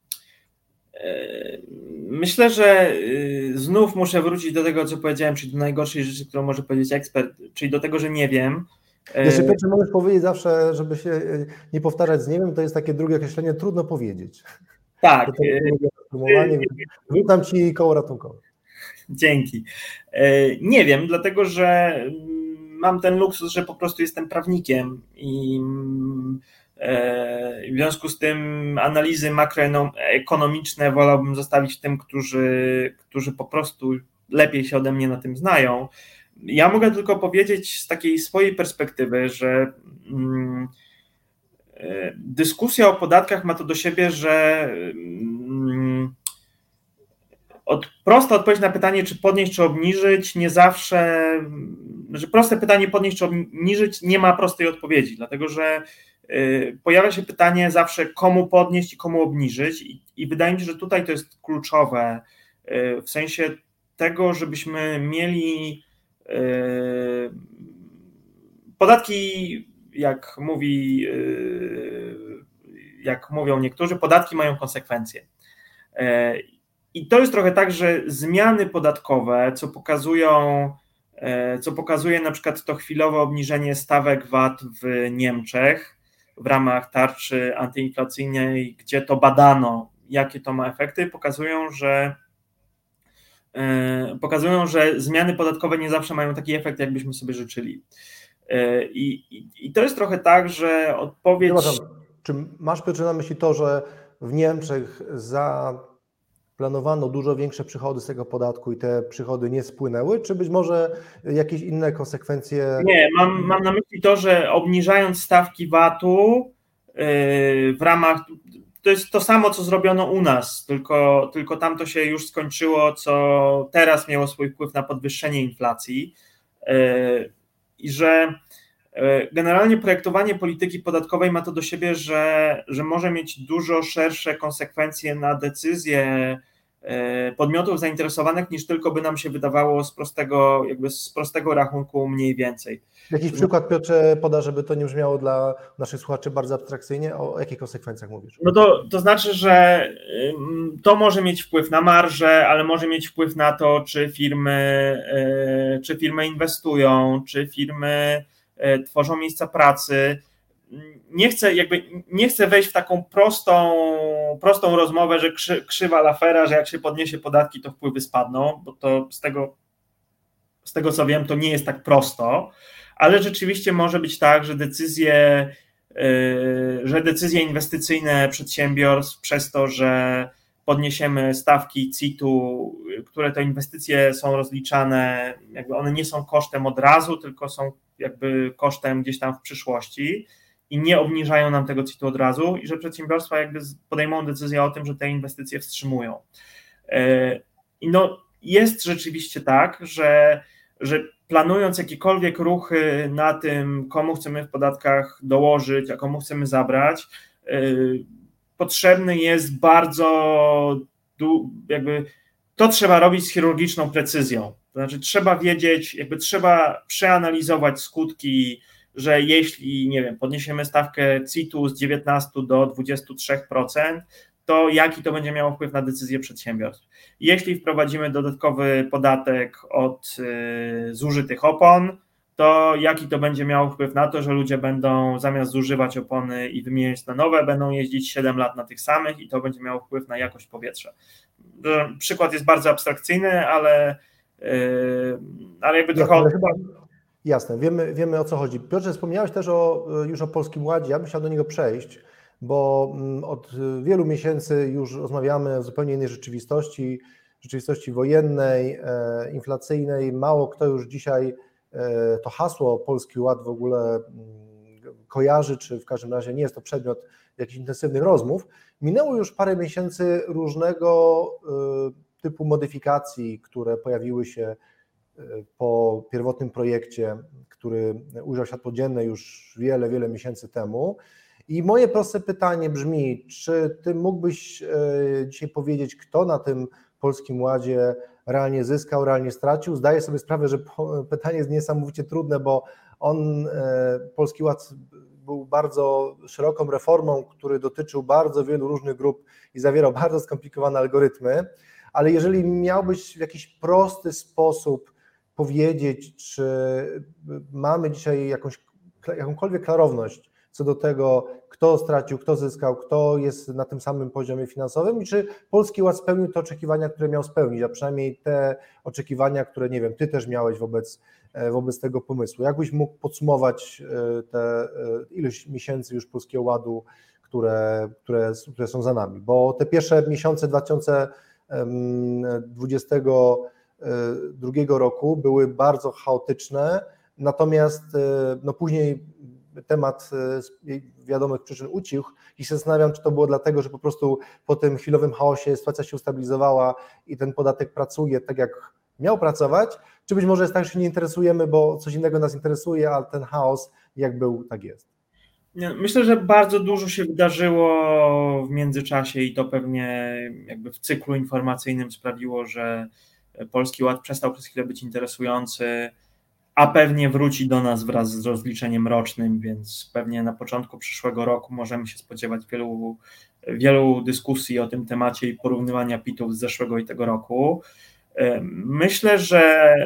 Myślę, że znów muszę wrócić do tego, co powiedziałem, czyli do najgorszej rzeczy, którą może powiedzieć ekspert, czyli do tego, że nie wiem. Jeszcze Piotrze, możesz powiedzieć zawsze, żeby się nie powtarzać z nie wiem, to jest takie drugie określenie, trudno powiedzieć. Tak. Wrzucam ci koło ratunkowe. Dzięki. Nie wiem, dlatego że mam ten luksus, że po prostu jestem prawnikiem i w związku z tym analizy makroekonomiczne wolałbym zostawić tym, którzy, którzy po prostu lepiej się ode mnie na tym znają. Ja mogę tylko powiedzieć z takiej swojej perspektywy, że dyskusja o podatkach ma to do siebie, że Od, prosta odpowiedź na pytanie, czy podnieść, czy obniżyć, nie zawsze, że proste pytanie podnieść, czy obniżyć, nie ma prostej odpowiedzi, dlatego że y, pojawia się pytanie zawsze, komu podnieść i komu obniżyć, i, i wydaje mi się, że tutaj to jest kluczowe, y, w sensie tego, żebyśmy mieli y, podatki, jak mówi, y, jak mówią niektórzy, podatki mają konsekwencje. Y, I to jest trochę tak, że zmiany podatkowe, co pokazują, co pokazuje na przykład to chwilowe obniżenie stawek V A T w Niemczech w ramach tarczy antyinflacyjnej, gdzie to badano, jakie to ma efekty, pokazują, że pokazują, że zmiany podatkowe nie zawsze mają taki efekt, jakbyśmy sobie życzyli. I, i, i to jest trochę tak, że odpowiedź... Czy masz, Piotrze, na myśli to, że w Niemczech za planowano dużo większe przychody z tego podatku i te przychody nie spłynęły, czy być może jakieś inne konsekwencje? Nie, mam, mam na myśli to, że obniżając stawki V A T-u w ramach, to jest to samo, co zrobiono u nas, tylko, tylko tam to się już skończyło, co teraz miało swój wpływ na podwyższenie inflacji, i że generalnie projektowanie polityki podatkowej ma to do siebie, że, że może mieć dużo szersze konsekwencje na decyzje podmiotów zainteresowanych, niż tylko by nam się wydawało z prostego, jakby z prostego rachunku mniej więcej. Jakiś przykład, Piotrze, poda, żeby to nie brzmiało dla naszych słuchaczy bardzo abstrakcyjnie? O jakich konsekwencjach mówisz? No to, to znaczy, że to może mieć wpływ na marżę, ale może mieć wpływ na to, czy firmy, czy firmy inwestują, czy firmy tworzą miejsca pracy. nie chcę jakby nie chcę wejść w taką prostą, prostą rozmowę, że krzy, krzywa Laffera, że jak się podniesie podatki, to wpływy spadną, bo to z tego, z tego co wiem, to nie jest tak prosto, ale rzeczywiście może być tak, że decyzje, że decyzje inwestycyjne przedsiębiorstw przez to, że podniesiemy stawki C I T-u, które to inwestycje są rozliczane, jakby one nie są kosztem od razu, tylko są jakby kosztem gdzieś tam w przyszłości i nie obniżają nam tego C I T-u od razu i że przedsiębiorstwa jakby podejmą decyzję o tym, że te inwestycje wstrzymują. I no jest rzeczywiście tak, że, że planując jakiekolwiek ruchy na tym, komu chcemy w podatkach dołożyć, a komu chcemy zabrać, potrzebny jest bardzo jakby to trzeba robić z chirurgiczną precyzją. To znaczy trzeba wiedzieć, jakby trzeba przeanalizować skutki, że jeśli, nie wiem, podniesiemy stawkę C I T-u z dziewiętnastu do dwudziestu trzech procent, to jaki to będzie miało wpływ na decyzje przedsiębiorstw. Jeśli wprowadzimy dodatkowy podatek od y, zużytych opon, to jaki to będzie miało wpływ na to, że ludzie będą zamiast zużywać opony i wymieniać na nowe, będą jeździć siedem lat na tych samych i to będzie miało wpływ na jakość powietrza. Przykład jest bardzo abstrakcyjny, ale, yy, ale jakby Jasne, trochę... ale chyba, jasne, wiemy, wiemy o co chodzi. Piotrze, wspomniałeś też o, już o Polskim Ładzie, ja bym chciał do niego przejść, bo od wielu miesięcy już rozmawiamy o zupełnie innej rzeczywistości, rzeczywistości wojennej, e, inflacyjnej. Mało kto już dzisiaj e, to hasło Polski Ład w ogóle m, kojarzy, czy w każdym razie nie jest to przedmiot jakichś intensywnych rozmów. Minęło już parę miesięcy różnego e, typu modyfikacji, które pojawiły się po pierwotnym projekcie, który ujrzał światło dzienne już wiele, wiele miesięcy temu. I moje proste pytanie brzmi, czy ty mógłbyś dzisiaj powiedzieć, kto na tym Polskim Ładzie realnie zyskał, realnie stracił? Zdaję sobie sprawę, że pytanie jest niesamowicie trudne, bo on, Polski Ład był bardzo szeroką reformą, który dotyczył bardzo wielu różnych grup i zawierał bardzo skomplikowane algorytmy, ale jeżeli miałbyś w jakiś prosty sposób powiedzieć, czy mamy dzisiaj jakąś, jakąkolwiek klarowność co do tego, kto stracił, kto zyskał, kto jest na tym samym poziomie finansowym i czy Polski Ład spełnił te oczekiwania, które miał spełnić, a przynajmniej te oczekiwania, które, nie wiem, ty też miałeś wobec, wobec tego pomysłu. Jak byś mógł podsumować te ilość miesięcy już Polskiego Ładu, które, które, które są za nami? Bo te pierwsze miesiące dwa tysiące dwudziestego drugiego roku były bardzo chaotyczne, natomiast no później temat z wiadomych przyczyn ucichł i się zastanawiam, czy to było dlatego, że po prostu po tym chwilowym chaosie sytuacja się ustabilizowała i ten podatek pracuje tak, jak miał pracować, czy być może jest tak, że się nie interesujemy, bo coś innego nas interesuje, a ten chaos jak był, tak jest. Myślę, że bardzo dużo się wydarzyło w międzyczasie i to pewnie jakby w cyklu informacyjnym sprawiło, że Polski Ład przestał przez chwilę być interesujący, a pewnie wróci do nas wraz z rozliczeniem rocznym, więc pewnie na początku przyszłego roku możemy się spodziewać wielu, wielu dyskusji o tym temacie i porównywania P I T-ów z zeszłego i tego roku. Myślę, że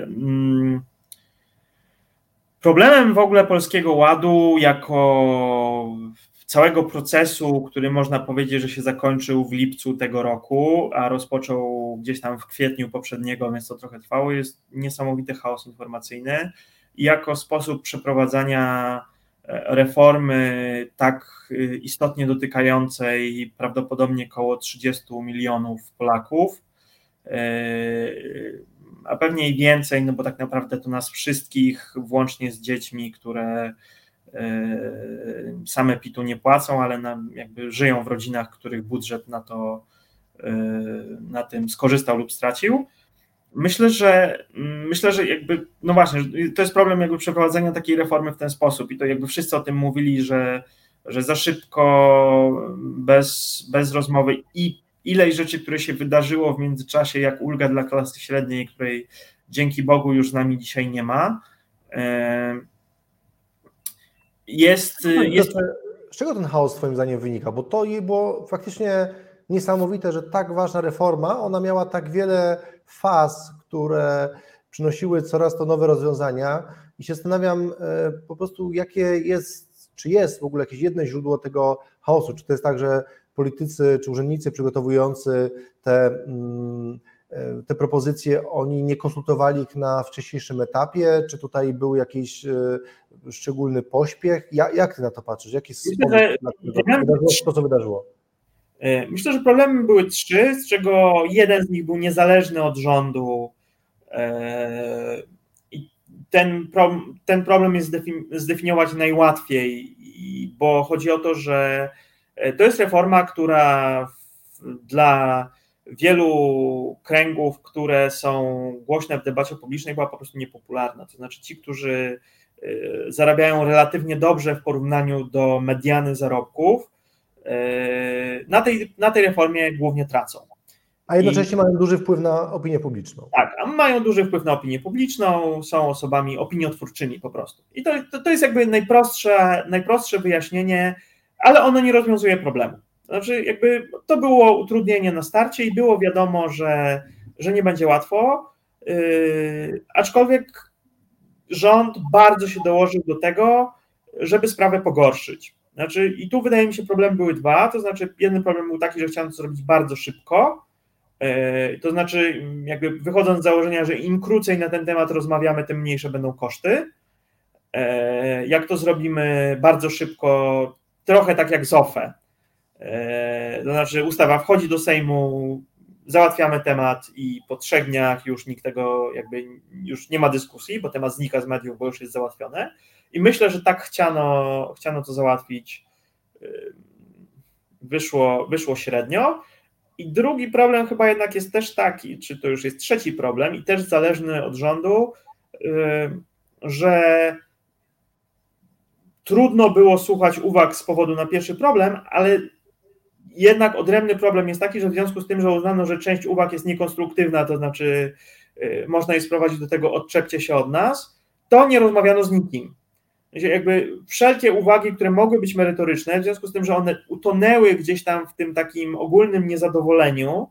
problemem w ogóle Polskiego Ładu jako całego procesu, który można powiedzieć, że się zakończył w lipcu tego roku, a rozpoczął gdzieś tam w kwietniu poprzedniego, więc to trochę trwało, jest niesamowity chaos informacyjny i jako sposób przeprowadzania reformy tak istotnie dotykającej prawdopodobnie około trzydziestu milionów Polaków, a pewnie i więcej, no bo tak naprawdę to nas wszystkich, włącznie z dziećmi, które same P I T-u nie płacą, ale na, jakby żyją w rodzinach, których budżet na to, na tym skorzystał lub stracił. Myślę, że myślę, że jakby, no właśnie, to jest problem jakby przeprowadzenia takiej reformy w ten sposób i to jakby wszyscy o tym mówili, że, że za szybko, bez, bez rozmowy i ileś rzeczy, które się wydarzyło w międzyczasie, jak ulga dla klasy średniej, której dzięki Bogu już z nami dzisiaj nie ma. Jest, jest... Z czego ten chaos twoim zdaniem wynika? Bo to było faktycznie niesamowite, że tak ważna reforma, ona miała tak wiele faz, które przynosiły coraz to nowe rozwiązania i się zastanawiam po prostu, jakie jest czy jest w ogóle jakieś jedno źródło tego chaosu? Czy to jest tak, że politycy czy urzędnicy przygotowujący te, te propozycje, oni nie konsultowali ich na wcześniejszym etapie? Czy tutaj był jakiś szczególny pośpiech? Jak ty na to patrzysz? Jaki jest Myślę, że wydarzyło to, co wydarzyło? Myślę, że problemy były trzy, z czego jeden z nich był niezależny od rządu. I ten, ten problem jest zdefiniować najłatwiej, bo chodzi o to, że to jest reforma, która dla wielu kręgów, które są głośne w debacie publicznej, była po prostu niepopularna. To znaczy ci, którzy zarabiają relatywnie dobrze w porównaniu do mediany zarobków, na tej, na tej reformie głównie tracą. A jednocześnie I, mają duży wpływ na opinię publiczną. Tak, a mają duży wpływ na opinię publiczną, są osobami opiniotwórczymi po prostu. I to, to, to jest jakby najprostsze, najprostsze wyjaśnienie, ale ono nie rozwiązuje problemu. Znaczy jakby to było utrudnienie na starcie i było wiadomo, że, że nie będzie łatwo, yy, aczkolwiek rząd bardzo się dołożył do tego, żeby sprawę pogorszyć. Znaczy, i tu wydaje mi się, problemy były dwa, to znaczy jeden problem był taki, że chciano to zrobić bardzo szybko, yy, to znaczy jakby wychodząc z założenia, że im krócej na ten temat rozmawiamy, tym mniejsze będą koszty. Yy, jak to zrobimy bardzo szybko, trochę tak jak z O F E, yy, to znaczy ustawa wchodzi do Sejmu, załatwiamy temat i po trzech dniach już nikt tego jakby, już nie ma dyskusji, bo temat znika z mediów, bo już jest załatwione. I myślę, że tak chciano, chciano to załatwić, wyszło, wyszło średnio. I drugi problem chyba jednak jest też taki, czy to już jest trzeci problem i też zależny od rządu, że trudno było słuchać uwag z powodu na pierwszy problem, ale jednak odrębny problem jest taki, że w związku z tym, że uznano, że część uwag jest niekonstruktywna, to znaczy można je sprowadzić do tego, odczepcie się od nas, to nie rozmawiano z nikim. Jakby wszelkie uwagi, które mogły być merytoryczne, w związku z tym, że one utonęły gdzieś tam w tym takim ogólnym niezadowoleniu,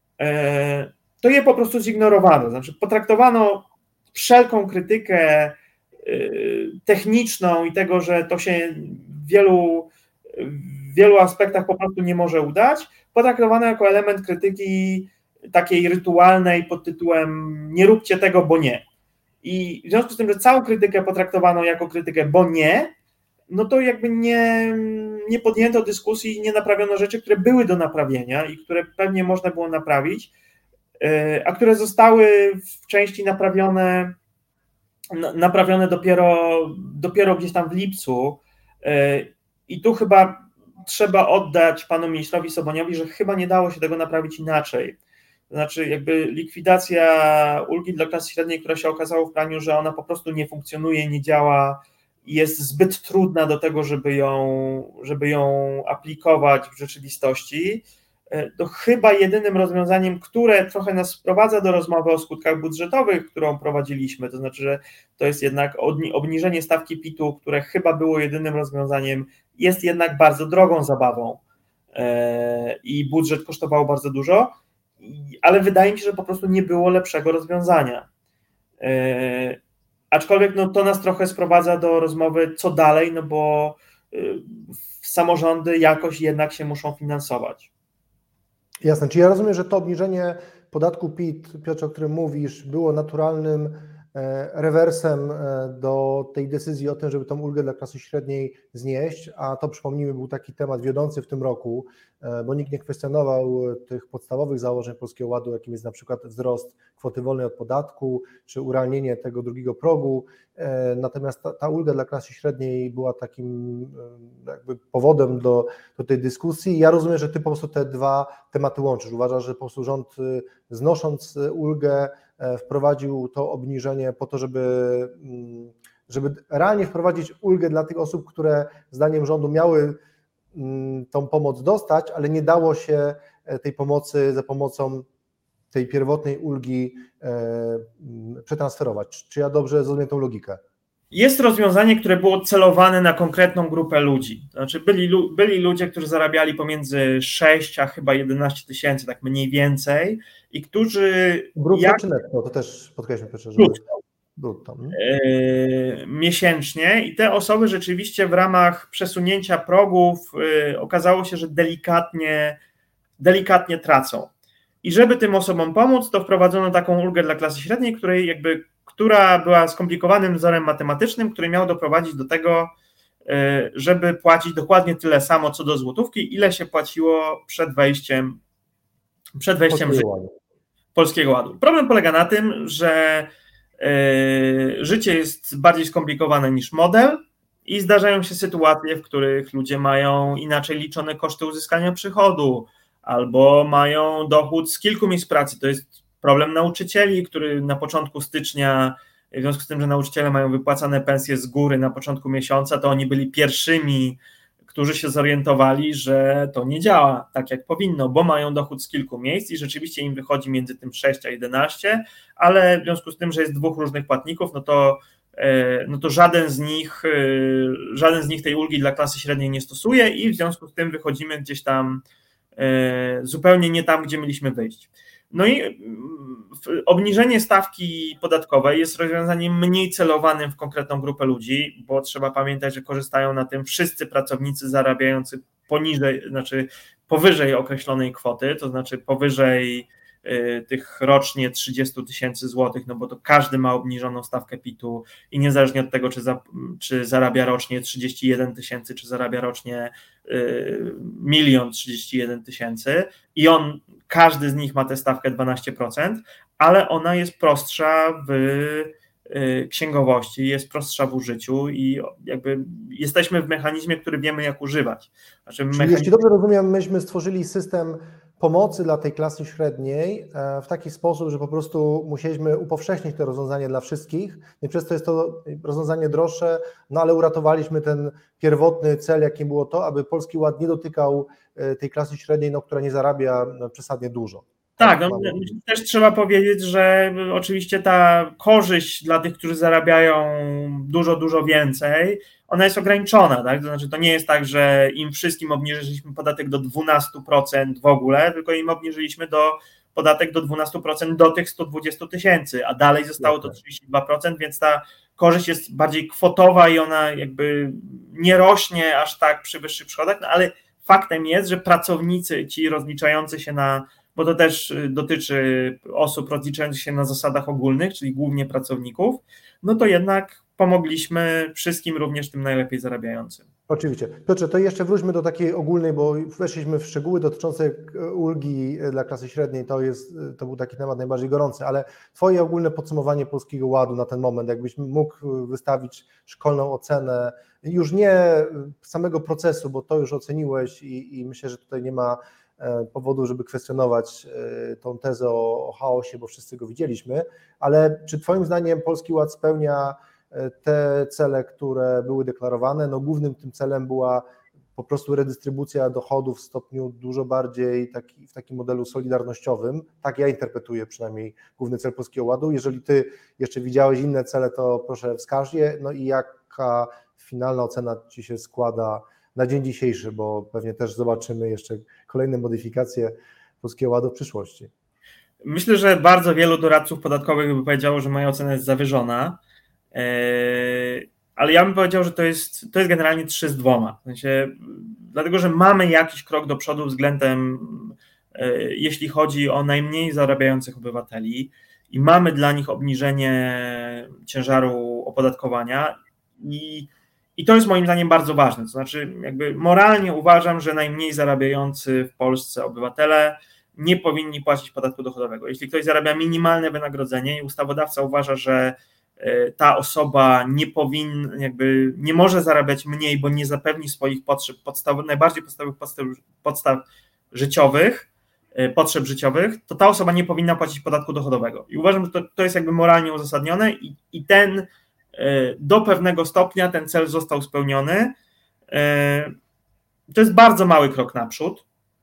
to je po prostu zignorowano. Znaczy potraktowano wszelką krytykę techniczną i tego, że to się w wielu, w wielu aspektach po prostu nie może udać, potraktowano jako element krytyki takiej rytualnej pod tytułem nie róbcie tego, bo nie. I w związku z tym, że całą krytykę potraktowano jako krytykę, bo nie, no to jakby nie, nie podjęto dyskusji, nie naprawiono rzeczy, które były do naprawienia i które pewnie można było naprawić, a które zostały w części naprawione, naprawione dopiero, dopiero gdzieś tam w lipcu. I tu chyba trzeba oddać panu ministrowi Soboniowi, że chyba nie dało się tego naprawić inaczej. To znaczy jakby likwidacja ulgi dla klasy średniej, która się okazało w praniu, że ona po prostu nie funkcjonuje, nie działa i jest zbyt trudna do tego, żeby ją, żeby ją aplikować w rzeczywistości, to chyba jedynym rozwiązaniem, które trochę nas wprowadza do rozmowy o skutkach budżetowych, którą prowadziliśmy, to znaczy, że to jest jednak obniżenie stawki pitu, które chyba było jedynym rozwiązaniem, jest jednak bardzo drogą zabawą i budżet kosztował bardzo dużo, ale wydaje mi się, że po prostu nie było lepszego rozwiązania. Yy, aczkolwiek no, to nas trochę sprowadza do rozmowy, co dalej, no bo yy, samorządy jakoś jednak się muszą finansować. Jasne, czyli ja rozumiem, że to obniżenie podatku PIT, Piotrze, o którym mówisz, było naturalnym rewersem do tej decyzji o tym, żeby tą ulgę dla klasy średniej znieść, a to, przypomnijmy, był taki temat wiodący w tym roku, bo nikt nie kwestionował tych podstawowych założeń Polskiego Ładu, jakim jest na przykład wzrost kwoty wolnej od podatku, czy urealnienie tego drugiego progu, natomiast ta, ta ulga dla klasy średniej była takim jakby powodem do, do tej dyskusji. Ja rozumiem, że ty po prostu te dwa tematy łączysz. Uważasz, że po prostu rząd, znosząc ulgę, wprowadził to obniżenie po to, żeby, żeby realnie wprowadzić ulgę dla tych osób, które zdaniem rządu miały tą pomoc dostać, ale nie dało się tej pomocy za pomocą tej pierwotnej ulgi przetransferować. Czy ja dobrze zrozumiem tą logikę? Jest rozwiązanie, które było celowane na konkretną grupę ludzi. Znaczy byli, byli ludzie, którzy zarabiali pomiędzy sześć a chyba jedenaście tysięcy, tak mniej więcej, i którzy... Brutto jak... czy netto? To też podkreślmy. Że... Brutto. brutto. Yy, miesięcznie i te osoby rzeczywiście w ramach przesunięcia progów yy, okazało się, że delikatnie, delikatnie tracą. I żeby tym osobom pomóc, to wprowadzono taką ulgę dla klasy średniej, której jakby, która była skomplikowanym wzorem matematycznym, który miał doprowadzić do tego, yy, żeby płacić dokładnie tyle samo co do złotówki, ile się płaciło przed wejściem, przed wejściem w życie Polskiego Ładu. Problem polega na tym, że Yy, życie jest bardziej skomplikowane niż model i zdarzają się sytuacje, w których ludzie mają inaczej liczone koszty uzyskania przychodu albo mają dochód z kilku miejsc pracy. To jest problem nauczycieli, który na początku stycznia, w związku z tym, że nauczyciele mają wypłacane pensje z góry na początku miesiąca, to oni byli pierwszymi, którzy się zorientowali, że to nie działa tak jak powinno, bo mają dochód z kilku miejsc i rzeczywiście im wychodzi między tym sześć a jedenaście, ale w związku z tym, że jest dwóch różnych płatników, no to, no to żaden z nich, żaden z nich tej ulgi dla klasy średniej nie stosuje i w związku z tym wychodzimy gdzieś tam zupełnie nie tam, gdzie mieliśmy wyjść. No i obniżenie stawki podatkowej jest rozwiązaniem mniej celowanym w konkretną grupę ludzi, bo trzeba pamiętać, że korzystają na tym wszyscy pracownicy zarabiający poniżej, znaczy powyżej określonej kwoty, to znaczy powyżej tych rocznie trzydzieści tysięcy złotych, no bo to każdy ma obniżoną stawkę pitu i niezależnie od tego, czy, za, czy zarabia rocznie trzydzieści jeden tysięcy, czy zarabia rocznie milion trzydzieści jeden tysięcy i on, każdy z nich ma tę stawkę dwanaście procent, ale ona jest prostsza w księgowości, jest prostsza w użyciu i jakby jesteśmy w mechanizmie, który wiemy jak używać. Znaczy Czyli mechanizm... jeśli dobrze rozumiem, myśmy stworzyli system pomocy dla tej klasy średniej w taki sposób, że po prostu musieliśmy upowszechnić to rozwiązanie dla wszystkich i przez to jest to rozwiązanie droższe, no ale uratowaliśmy ten pierwotny cel, jakim było to, aby Polski Ład nie dotykał tej klasy średniej, no, która nie zarabia przesadnie dużo. Tak, no, też trzeba powiedzieć, że oczywiście ta korzyść dla tych, którzy zarabiają dużo, dużo więcej, ona jest ograniczona, tak? To znaczy to nie jest tak, że im wszystkim obniżyliśmy podatek do dwanaście procent w ogóle, tylko im obniżyliśmy do podatek do dwanaście procent do tych sto dwadzieścia tysięcy, a dalej zostało to trzydzieści dwa procent, więc ta korzyść jest bardziej kwotowa i ona jakby nie rośnie aż tak przy wyższych przychodach, no ale faktem jest, że pracownicy, ci rozliczający się na, bo to też dotyczy osób rozliczających się na zasadach ogólnych, czyli głównie pracowników, no to jednak pomogliśmy wszystkim, również tym najlepiej zarabiającym. Oczywiście. Piotrze, to jeszcze wróćmy do takiej ogólnej, bo weszliśmy w szczegóły dotyczące ulgi dla klasy średniej, to, jest, to był taki temat najbardziej gorący, ale Twoje ogólne podsumowanie Polskiego Ładu na ten moment, jakbyś mógł wystawić szkolną ocenę, już nie samego procesu, bo to już oceniłeś i, i myślę, że tutaj nie ma powodu, żeby kwestionować tą tezę o, o chaosie, bo wszyscy go widzieliśmy, ale czy Twoim zdaniem Polski Ład spełnia te cele, które były deklarowane? No głównym tym celem była po prostu redystrybucja dochodów w stopniu dużo bardziej taki, w takim modelu solidarnościowym. Tak ja interpretuję przynajmniej główny cel Polskiego Ładu. Jeżeli Ty jeszcze widziałeś inne cele, to proszę wskaż je. No i jaka finalna ocena Ci się składa na dzień dzisiejszy, bo pewnie też zobaczymy jeszcze kolejne modyfikacje Polskiego Ładu w przyszłości. Myślę, że bardzo wielu doradców podatkowych by powiedziało, że moja ocena jest zawyżona, ale ja bym powiedział, że to jest, to jest generalnie trzy z dwoma. W sensie, dlatego, że mamy jakiś krok do przodu względem, jeśli chodzi o najmniej zarabiających obywateli i mamy dla nich obniżenie ciężaru opodatkowania i I to jest moim zdaniem bardzo ważne, to znaczy jakby moralnie uważam, że najmniej zarabiający w Polsce obywatele nie powinni płacić podatku dochodowego. Jeśli ktoś zarabia minimalne wynagrodzenie i ustawodawca uważa, że ta osoba nie powinna, jakby nie może zarabiać mniej, bo nie zapewni swoich potrzeb, podstaw, najbardziej podstawowych podstaw, podstaw życiowych, potrzeb życiowych, to ta osoba nie powinna płacić podatku dochodowego. I uważam, że to, to jest jakby moralnie uzasadnione i, i ten do pewnego stopnia ten cel został spełniony. To jest bardzo mały krok naprzód.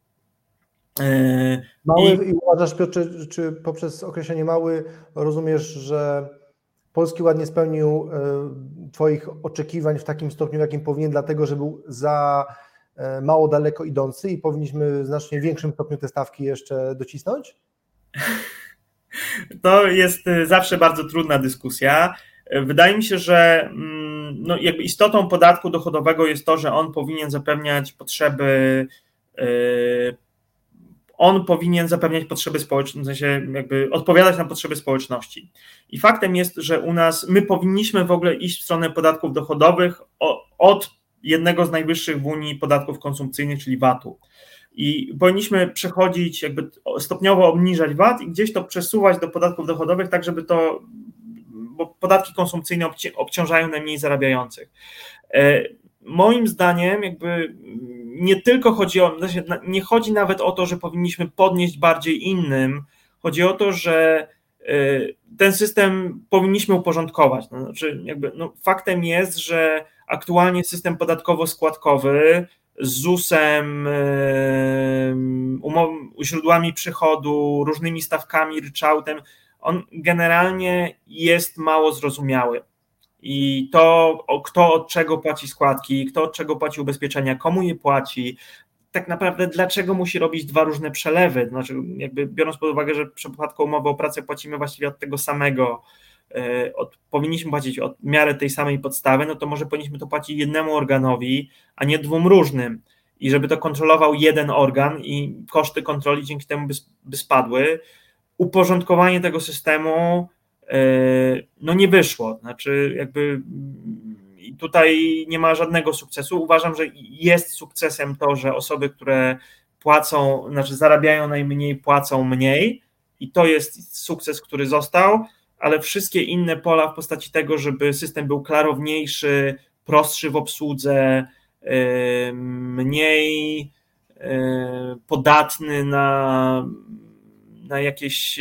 Mały i, i uważasz, Piotrze, czy, czy poprzez określenie mały rozumiesz, że Polski Ład nie spełnił Twoich oczekiwań w takim stopniu, w jakim powinien, dlatego że był za mało daleko idący i powinniśmy w znacznie większym stopniu te stawki jeszcze docisnąć? To jest zawsze bardzo trudna dyskusja. Wydaje mi się, że no jakby istotą podatku dochodowego jest to, że on powinien zapewniać potrzeby, on powinien zapewniać potrzeby społeczne, w sensie jakby odpowiadać na potrzeby społeczności. I faktem jest, że u nas my powinniśmy w ogóle iść w stronę podatków dochodowych od jednego z najwyższych w Unii podatków konsumpcyjnych, czyli vatu. I powinniśmy przechodzić, jakby stopniowo obniżać V A T i gdzieś to przesuwać do podatków dochodowych, tak żeby to, bo podatki konsumpcyjne obciążają najmniej zarabiających. Moim zdaniem jakby nie tylko chodzi o, nie chodzi nawet o to, że powinniśmy podnieść bardziej innym, chodzi o to, że ten system powinniśmy uporządkować. No, znaczy jakby, no, faktem jest, że aktualnie system podatkowo-składkowy z zusem, umową, źródłami przychodu, różnymi stawkami, ryczałtem, on generalnie jest mało zrozumiały. I to, kto od czego płaci składki, kto od czego płaci ubezpieczenia, komu je płaci, tak naprawdę dlaczego musi robić dwa różne przelewy, znaczy jakby biorąc pod uwagę, że w przypadku umowy o pracę płacimy właściwie od tego samego, od, powinniśmy płacić od miarę tej samej podstawy, no to może powinniśmy to płacić jednemu organowi, a nie dwóm różnym i żeby to kontrolował jeden organ i koszty kontroli dzięki temu by, by spadły. Uporządkowanie tego systemu no nie wyszło, znaczy jakby tutaj nie ma żadnego sukcesu. Uważam, że jest sukcesem to, że osoby, które płacą, znaczy zarabiają najmniej, płacą mniej i to jest sukces, który został, ale wszystkie inne pola w postaci tego, żeby system był klarowniejszy, prostszy w obsłudze, mniej podatny na, na jakieś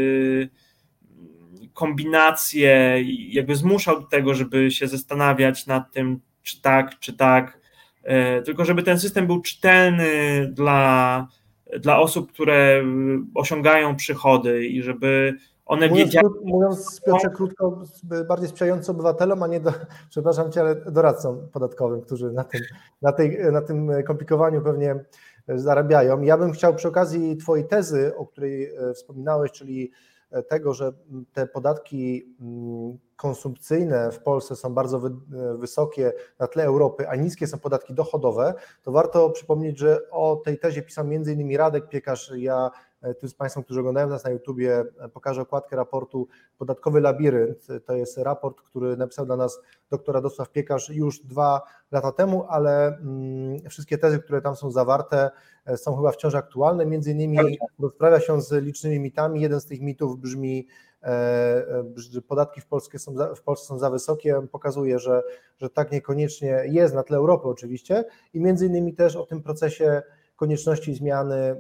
kombinacje i jakby zmuszał do tego, żeby się zastanawiać nad tym, czy tak, czy tak, tylko żeby ten system był czytelny dla, dla osób, które osiągają przychody i żeby one mówiąc, wiedziały... Mówiąc Piotrze krótko, bardziej sprzyjający obywatelom, a nie, do, przepraszam Cię, ale doradcom podatkowym, którzy na tym, na tej, na tym komplikowaniu pewnie zarabiają. Ja bym chciał przy okazji Twojej tezy, o której wspominałeś, czyli tego, że te podatki konsumpcyjne w Polsce są bardzo wy, wysokie na tle Europy, a niskie są podatki dochodowe, to warto przypomnieć, że o tej tezie pisał między innymi Radek Piekarz. Ja tym z Państwem, którzy oglądają nas na YouTubie, pokażę okładkę raportu Podatkowy Labirynt. To jest raport, który napisał dla nas dr Radosław Piekarz już dwa lata temu, ale mm, wszystkie tezy, które tam są zawarte, są chyba wciąż aktualne. Między innymi rozprawia się z licznymi mitami. Jeden z tych mitów brzmi, że podatki w Polsce są za, w Polsce są za wysokie. On pokazuje, że, że tak niekoniecznie jest na tle Europy oczywiście i między innymi też o tym procesie konieczności zmiany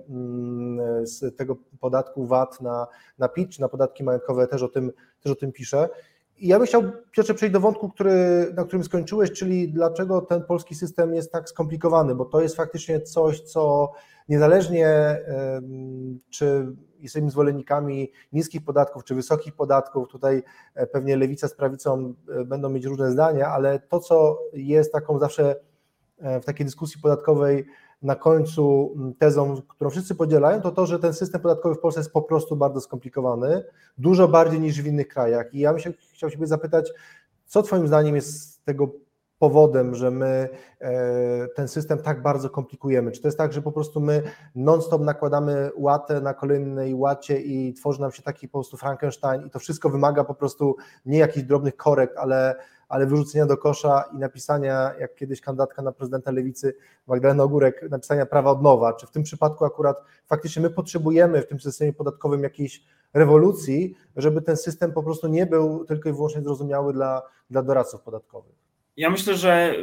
z tego podatku V A T na, na P I T czy na podatki majątkowe, też o tym, też o tym piszę. I ja bym chciał, Piotrze, przejść do wątku, który, na którym skończyłeś, czyli dlaczego ten polski system jest tak skomplikowany, bo to jest faktycznie coś, co niezależnie czy jesteśmy zwolennikami niskich podatków czy wysokich podatków, tutaj pewnie lewica z prawicą będą mieć różne zdania, ale to, co jest taką zawsze w takiej dyskusji podatkowej na końcu tezą, którą wszyscy podzielają, to to, że ten system podatkowy w Polsce jest po prostu bardzo skomplikowany, dużo bardziej niż w innych krajach. I ja bym się chciał Ciebie zapytać, co Twoim zdaniem jest tego powodem, że my ten system tak bardzo komplikujemy? Czy to jest tak, że po prostu my non-stop nakładamy łatę na kolejnej łacie i tworzy nam się taki po prostu Frankenstein i to wszystko wymaga po prostu nie jakichś drobnych korekt, ale ale wyrzucenia do kosza i napisania, jak kiedyś kandydatka na prezydenta Lewicy Magdalena Ogórek, napisania prawa od nowa. Czy w tym przypadku akurat faktycznie my potrzebujemy w tym systemie podatkowym jakiejś rewolucji, żeby ten system po prostu nie był tylko i wyłącznie zrozumiały dla, dla doradców podatkowych? Ja myślę, że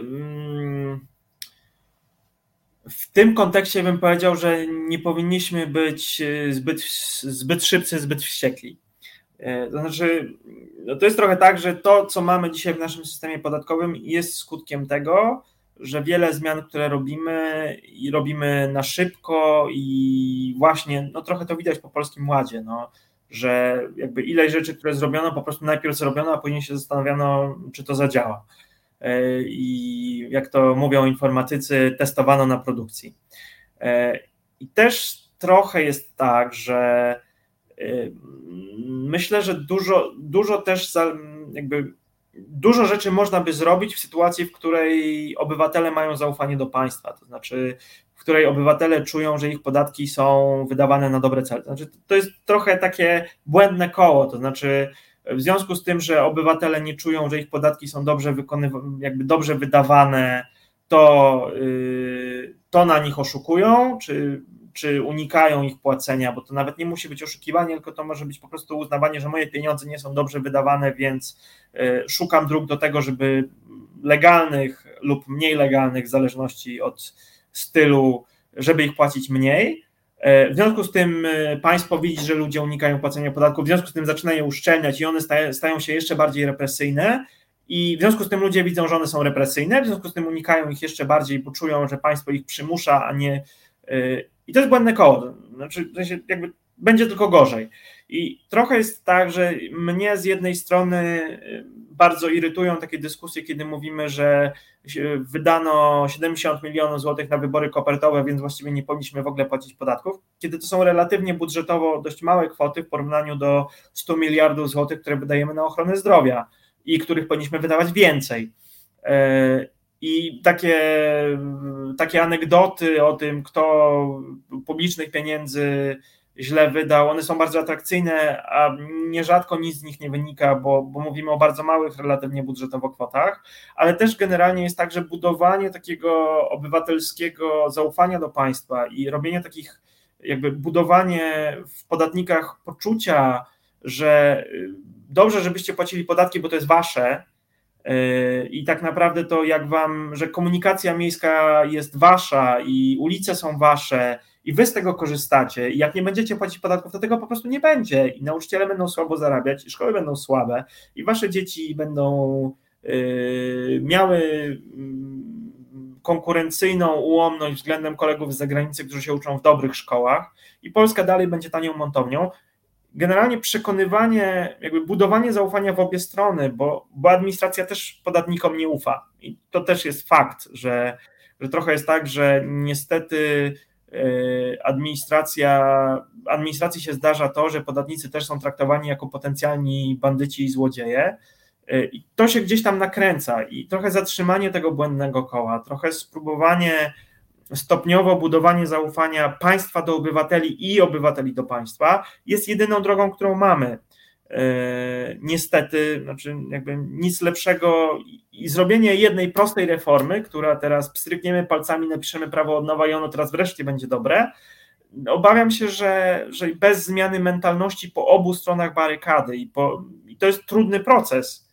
w tym kontekście bym powiedział, że nie powinniśmy być zbyt, zbyt szybcy, zbyt wściekli. To znaczy, no to jest trochę tak, że to, co mamy dzisiaj w naszym systemie podatkowym, jest skutkiem tego, że wiele zmian, które robimy, i robimy na szybko i właśnie, no trochę to widać po Polskim Ładzie, no, że jakby ileś rzeczy, które zrobiono, po prostu najpierw zrobiono, a później się zastanawiano, czy to zadziała. I jak to mówią informatycy, testowano na produkcji. I też trochę jest tak, że Myślę, że dużo, dużo też jakby dużo rzeczy można by zrobić w sytuacji, w której obywatele mają zaufanie do państwa, to znaczy w której obywatele czują, że ich podatki są wydawane na dobre cele. To znaczy, to jest trochę takie błędne koło, to znaczy w związku z tym, że obywatele nie czują, że ich podatki są dobrze wykonywane, jakby dobrze wydawane, to, yy, to na nich oszukują, czy czy unikają ich płacenia, bo to nawet nie musi być oszukiwanie, tylko to może być po prostu uznawanie, że moje pieniądze nie są dobrze wydawane, więc szukam dróg do tego, żeby legalnych lub mniej legalnych, w zależności od stylu, żeby ich płacić mniej. W związku z tym państwo widzi, że ludzie unikają płacenia podatków, w związku z tym zaczyna je uszczelniać i one stają się jeszcze bardziej represyjne i w związku z tym ludzie widzą, że one są represyjne, w związku z tym unikają ich jeszcze bardziej, bo czują, że państwo ich przymusza, a nie... I to jest błędne koło, znaczy jakby będzie tylko gorzej. I trochę jest tak, że mnie z jednej strony bardzo irytują takie dyskusje, kiedy mówimy, że wydano siedemdziesiąt milionów złotych na wybory kopertowe, więc właściwie nie powinniśmy w ogóle płacić podatków, kiedy to są relatywnie budżetowo dość małe kwoty w porównaniu do stu miliardów złotych, które wydajemy na ochronę zdrowia i których powinniśmy wydawać więcej. I takie, takie anegdoty o tym, kto publicznych pieniędzy źle wydał, one są bardzo atrakcyjne, a nierzadko nic z nich nie wynika, bo, bo mówimy o bardzo małych relatywnie budżetowo kwotach, ale też generalnie jest tak, że budowanie takiego obywatelskiego zaufania do państwa i robienie takich, jakby budowanie w podatnikach poczucia, że dobrze, żebyście płacili podatki, bo to jest wasze, i tak naprawdę to jak wam, że komunikacja miejska jest wasza i ulice są wasze i wy z tego korzystacie i jak nie będziecie płacić podatków, to tego po prostu nie będzie i nauczyciele będą słabo zarabiać i szkoły będą słabe i wasze dzieci będą yy, miały konkurencyjną ułomność względem kolegów z zagranicy, którzy się uczą w dobrych szkołach i Polska dalej będzie tanią montownią. Generalnie przekonywanie, jakby budowanie zaufania w obie strony, bo, bo administracja też podatnikom nie ufa. I to też jest fakt, że, że trochę jest tak, że niestety administracja, administracji się zdarza to, że podatnicy też są traktowani jako potencjalni bandyci i złodzieje. I to się gdzieś tam nakręca i trochę zatrzymanie tego błędnego koła, trochę spróbowanie stopniowo budowanie zaufania państwa do obywateli i obywateli do państwa jest jedyną drogą, którą mamy. Niestety, znaczy jakby nic lepszego i zrobienie jednej prostej reformy, która teraz pstrykniemy palcami, napiszemy prawo od nowa i ono teraz wreszcie będzie dobre. Obawiam się, że, że bez zmiany mentalności po obu stronach barykady i, po, i to jest trudny proces,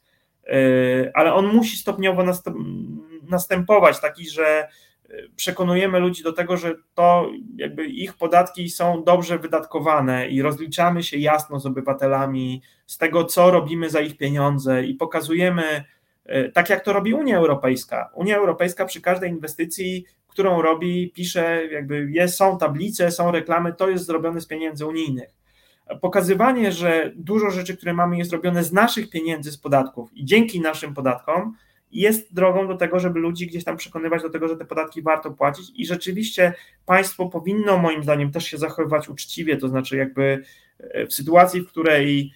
ale on musi stopniowo następować, taki, że przekonujemy ludzi do tego, że to jakby ich podatki są dobrze wydatkowane i rozliczamy się jasno z obywatelami z tego, co robimy za ich pieniądze i pokazujemy, tak jak to robi Unia Europejska. Unia Europejska przy każdej inwestycji, którą robi, pisze, jakby jest, są tablice, są reklamy, to jest zrobione z pieniędzy unijnych. Pokazywanie, że dużo rzeczy, które mamy, jest robione z naszych pieniędzy, z podatków i dzięki naszym podatkom, jest drogą do tego, żeby ludzi gdzieś tam przekonywać do tego, że te podatki warto płacić i rzeczywiście państwo powinno moim zdaniem też się zachowywać uczciwie, to znaczy jakby w sytuacji, w której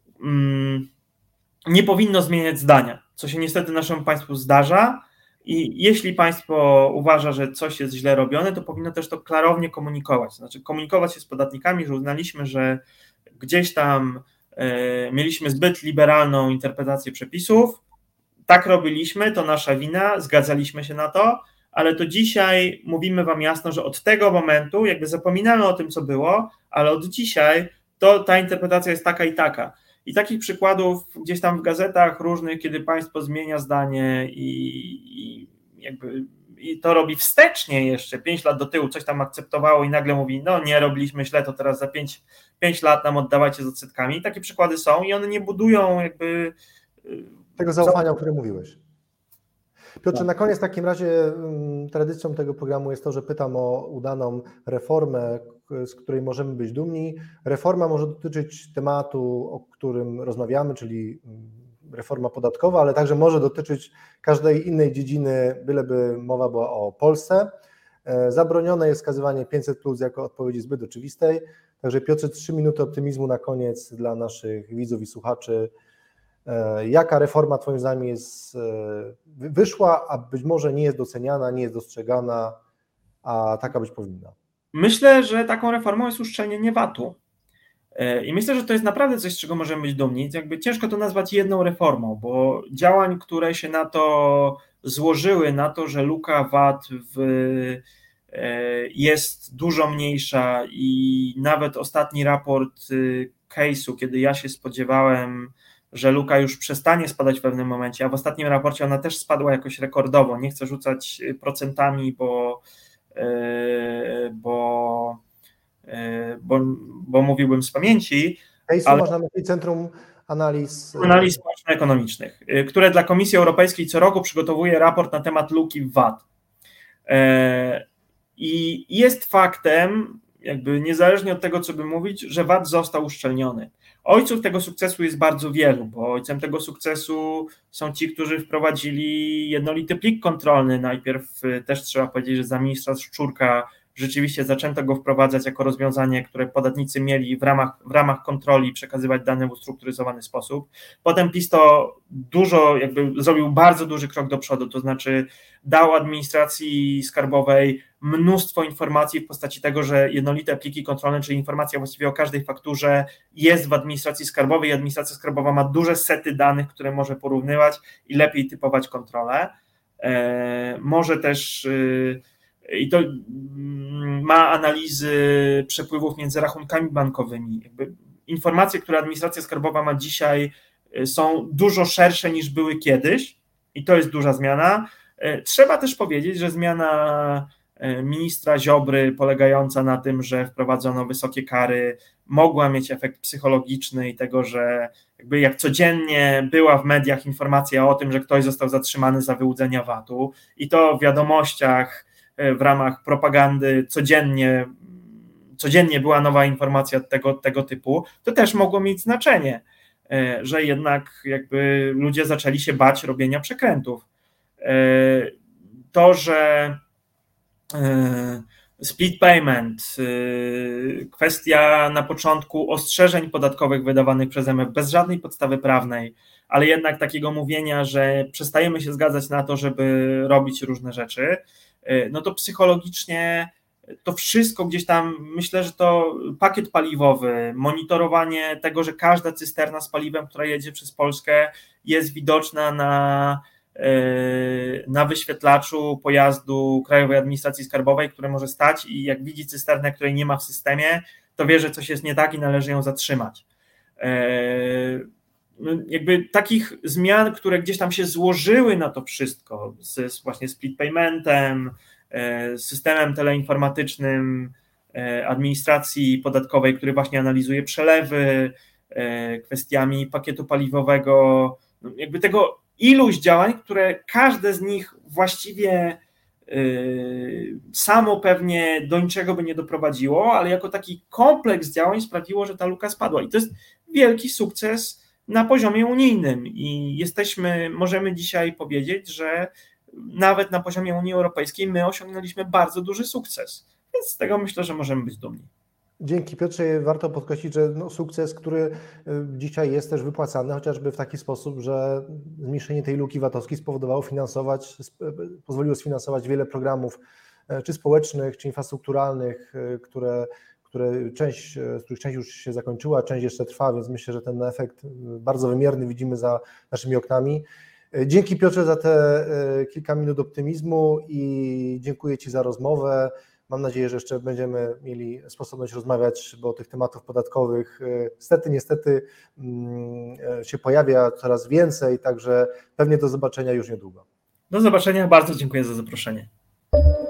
mm, nie powinno zmieniać zdania, co się niestety naszemu państwu zdarza i jeśli państwo uważa, że coś jest źle robione, to powinno też to klarownie komunikować, to znaczy komunikować się z podatnikami, że uznaliśmy, że gdzieś tam e, mieliśmy zbyt liberalną interpretację przepisów, tak robiliśmy, to nasza wina, zgadzaliśmy się na to, ale to dzisiaj mówimy wam jasno, że od tego momentu jakby zapominamy o tym, co było, ale od dzisiaj to ta interpretacja jest taka i taka. I takich przykładów gdzieś tam w gazetach różnych, kiedy państwo zmienia zdanie i, i jakby i to robi wstecznie jeszcze, pięć lat do tyłu coś tam akceptowało i nagle mówi, no nie, robiliśmy źle, to teraz za pięć, pięć lat nam oddawajcie z odsetkami. I takie przykłady są i one nie budują jakby tego zaufania, o którym mówiłeś. Piotrze, na koniec w takim razie tradycją tego programu jest to, że pytam o udaną reformę, z której możemy być dumni. Reforma może dotyczyć tematu, o którym rozmawiamy, czyli reforma podatkowa, ale także może dotyczyć każdej innej dziedziny, byleby mowa była o Polsce. Zabronione jest wskazywanie pięćset plus jako odpowiedzi zbyt oczywistej. Także Piotrze, trzy minuty optymizmu na koniec dla naszych widzów i słuchaczy. Jaka reforma Twoim zdaniem jest, wyszła, a być może nie jest doceniana, nie jest dostrzegana, a taka być powinna? Myślę, że taką reformą jest uszczelnienie V A T-u. I myślę, że to jest naprawdę coś, z czego możemy być dumni. Jakby ciężko to nazwać jedną reformą, bo działań, które się na to złożyły, na to, że luka V A T w, jest dużo mniejsza i nawet ostatni raport case'u, kiedy ja się spodziewałem, że luka już przestanie spadać w pewnym momencie, a w ostatnim raporcie ona też spadła jakoś rekordowo. Nie chcę rzucać procentami, bo bo, bo, bo mówiłbym z pamięci. Case'u ale masz na myśli Centrum Analiz... Analiz Społeczno-Ekonomicznych, które dla Komisji Europejskiej co roku przygotowuje raport na temat luki w V A T. I jest faktem, jakby niezależnie od tego, co by mówić, że V A T został uszczelniony. Ojców tego sukcesu jest bardzo wielu, bo ojcem tego sukcesu są ci, którzy wprowadzili jednolity plik kontrolny. Najpierw też trzeba powiedzieć, że za ministra Szczurka rzeczywiście zaczęto go wprowadzać jako rozwiązanie, które podatnicy mieli w ramach, w ramach kontroli przekazywać dane w ustrukturyzowany sposób. Potem PiS to dużo, jakby zrobił bardzo duży krok do przodu, to znaczy dał administracji skarbowej mnóstwo informacji w postaci tego, że jednolite pliki kontrolne, czyli informacja właściwie o każdej fakturze jest w administracji skarbowej i administracja skarbowa ma duże sety danych, które może porównywać i lepiej typować kontrolę. E, może też y, i to ma analizy przepływów między rachunkami bankowymi. Jakby informacje, które administracja skarbowa ma dzisiaj, są dużo szersze niż były kiedyś i to jest duża zmiana. Trzeba też powiedzieć, że zmiana ministra Ziobry polegająca na tym, że wprowadzono wysokie kary, mogła mieć efekt psychologiczny i tego, że jakby jak codziennie była w mediach informacja o tym, że ktoś został zatrzymany za wyłudzenia V A T-u i to w wiadomościach w ramach propagandy codziennie, codziennie była nowa informacja tego, tego typu, to też mogło mieć znaczenie, że jednak jakby ludzie zaczęli się bać robienia przekrętów. To, że split payment, kwestia na początku ostrzeżeń podatkowych wydawanych przez M F bez żadnej podstawy prawnej, ale jednak takiego mówienia, że przestajemy się zgadzać na to, żeby robić różne rzeczy, no to psychologicznie to wszystko gdzieś tam, myślę, że to pakiet paliwowy, monitorowanie tego, że każda cysterna z paliwem, która jedzie przez Polskę, jest widoczna na, na wyświetlaczu pojazdu Krajowej Administracji Skarbowej, które może stać i jak widzi cysternę, której nie ma w systemie, to wie, że coś jest nie tak i należy ją zatrzymać. Jakby takich zmian, które gdzieś tam się złożyły na to wszystko, z właśnie split paymentem, systemem teleinformatycznym administracji podatkowej, który właśnie analizuje przelewy, kwestiami pakietu paliwowego, jakby tego iluś działań, które każde z nich właściwie samo pewnie do niczego by nie doprowadziło, ale jako taki kompleks działań sprawiło, że ta luka spadła i to jest wielki sukces na poziomie unijnym i jesteśmy, możemy dzisiaj powiedzieć, że nawet na poziomie Unii Europejskiej my osiągnęliśmy bardzo duży sukces, więc z tego myślę, że możemy być dumni. Dzięki Piotrze, warto podkreślić, że no sukces, który dzisiaj jest też wypłacany, chociażby w taki sposób, że zmniejszenie tej luki V A T-owskiej spowodowało finansować, pozwoliło sfinansować wiele programów czy społecznych, czy infrastrukturalnych, które które część, z których część już się zakończyła, część jeszcze trwa, więc myślę, że ten efekt bardzo wymierny widzimy za naszymi oknami. Dzięki Piotrze za te kilka minut optymizmu i dziękuję Ci za rozmowę. Mam nadzieję, że jeszcze będziemy mieli sposobność rozmawiać, bo tych tematów podatkowych niestety, niestety się pojawia coraz więcej, także pewnie do zobaczenia już niedługo. Do zobaczenia, bardzo dziękuję za zaproszenie.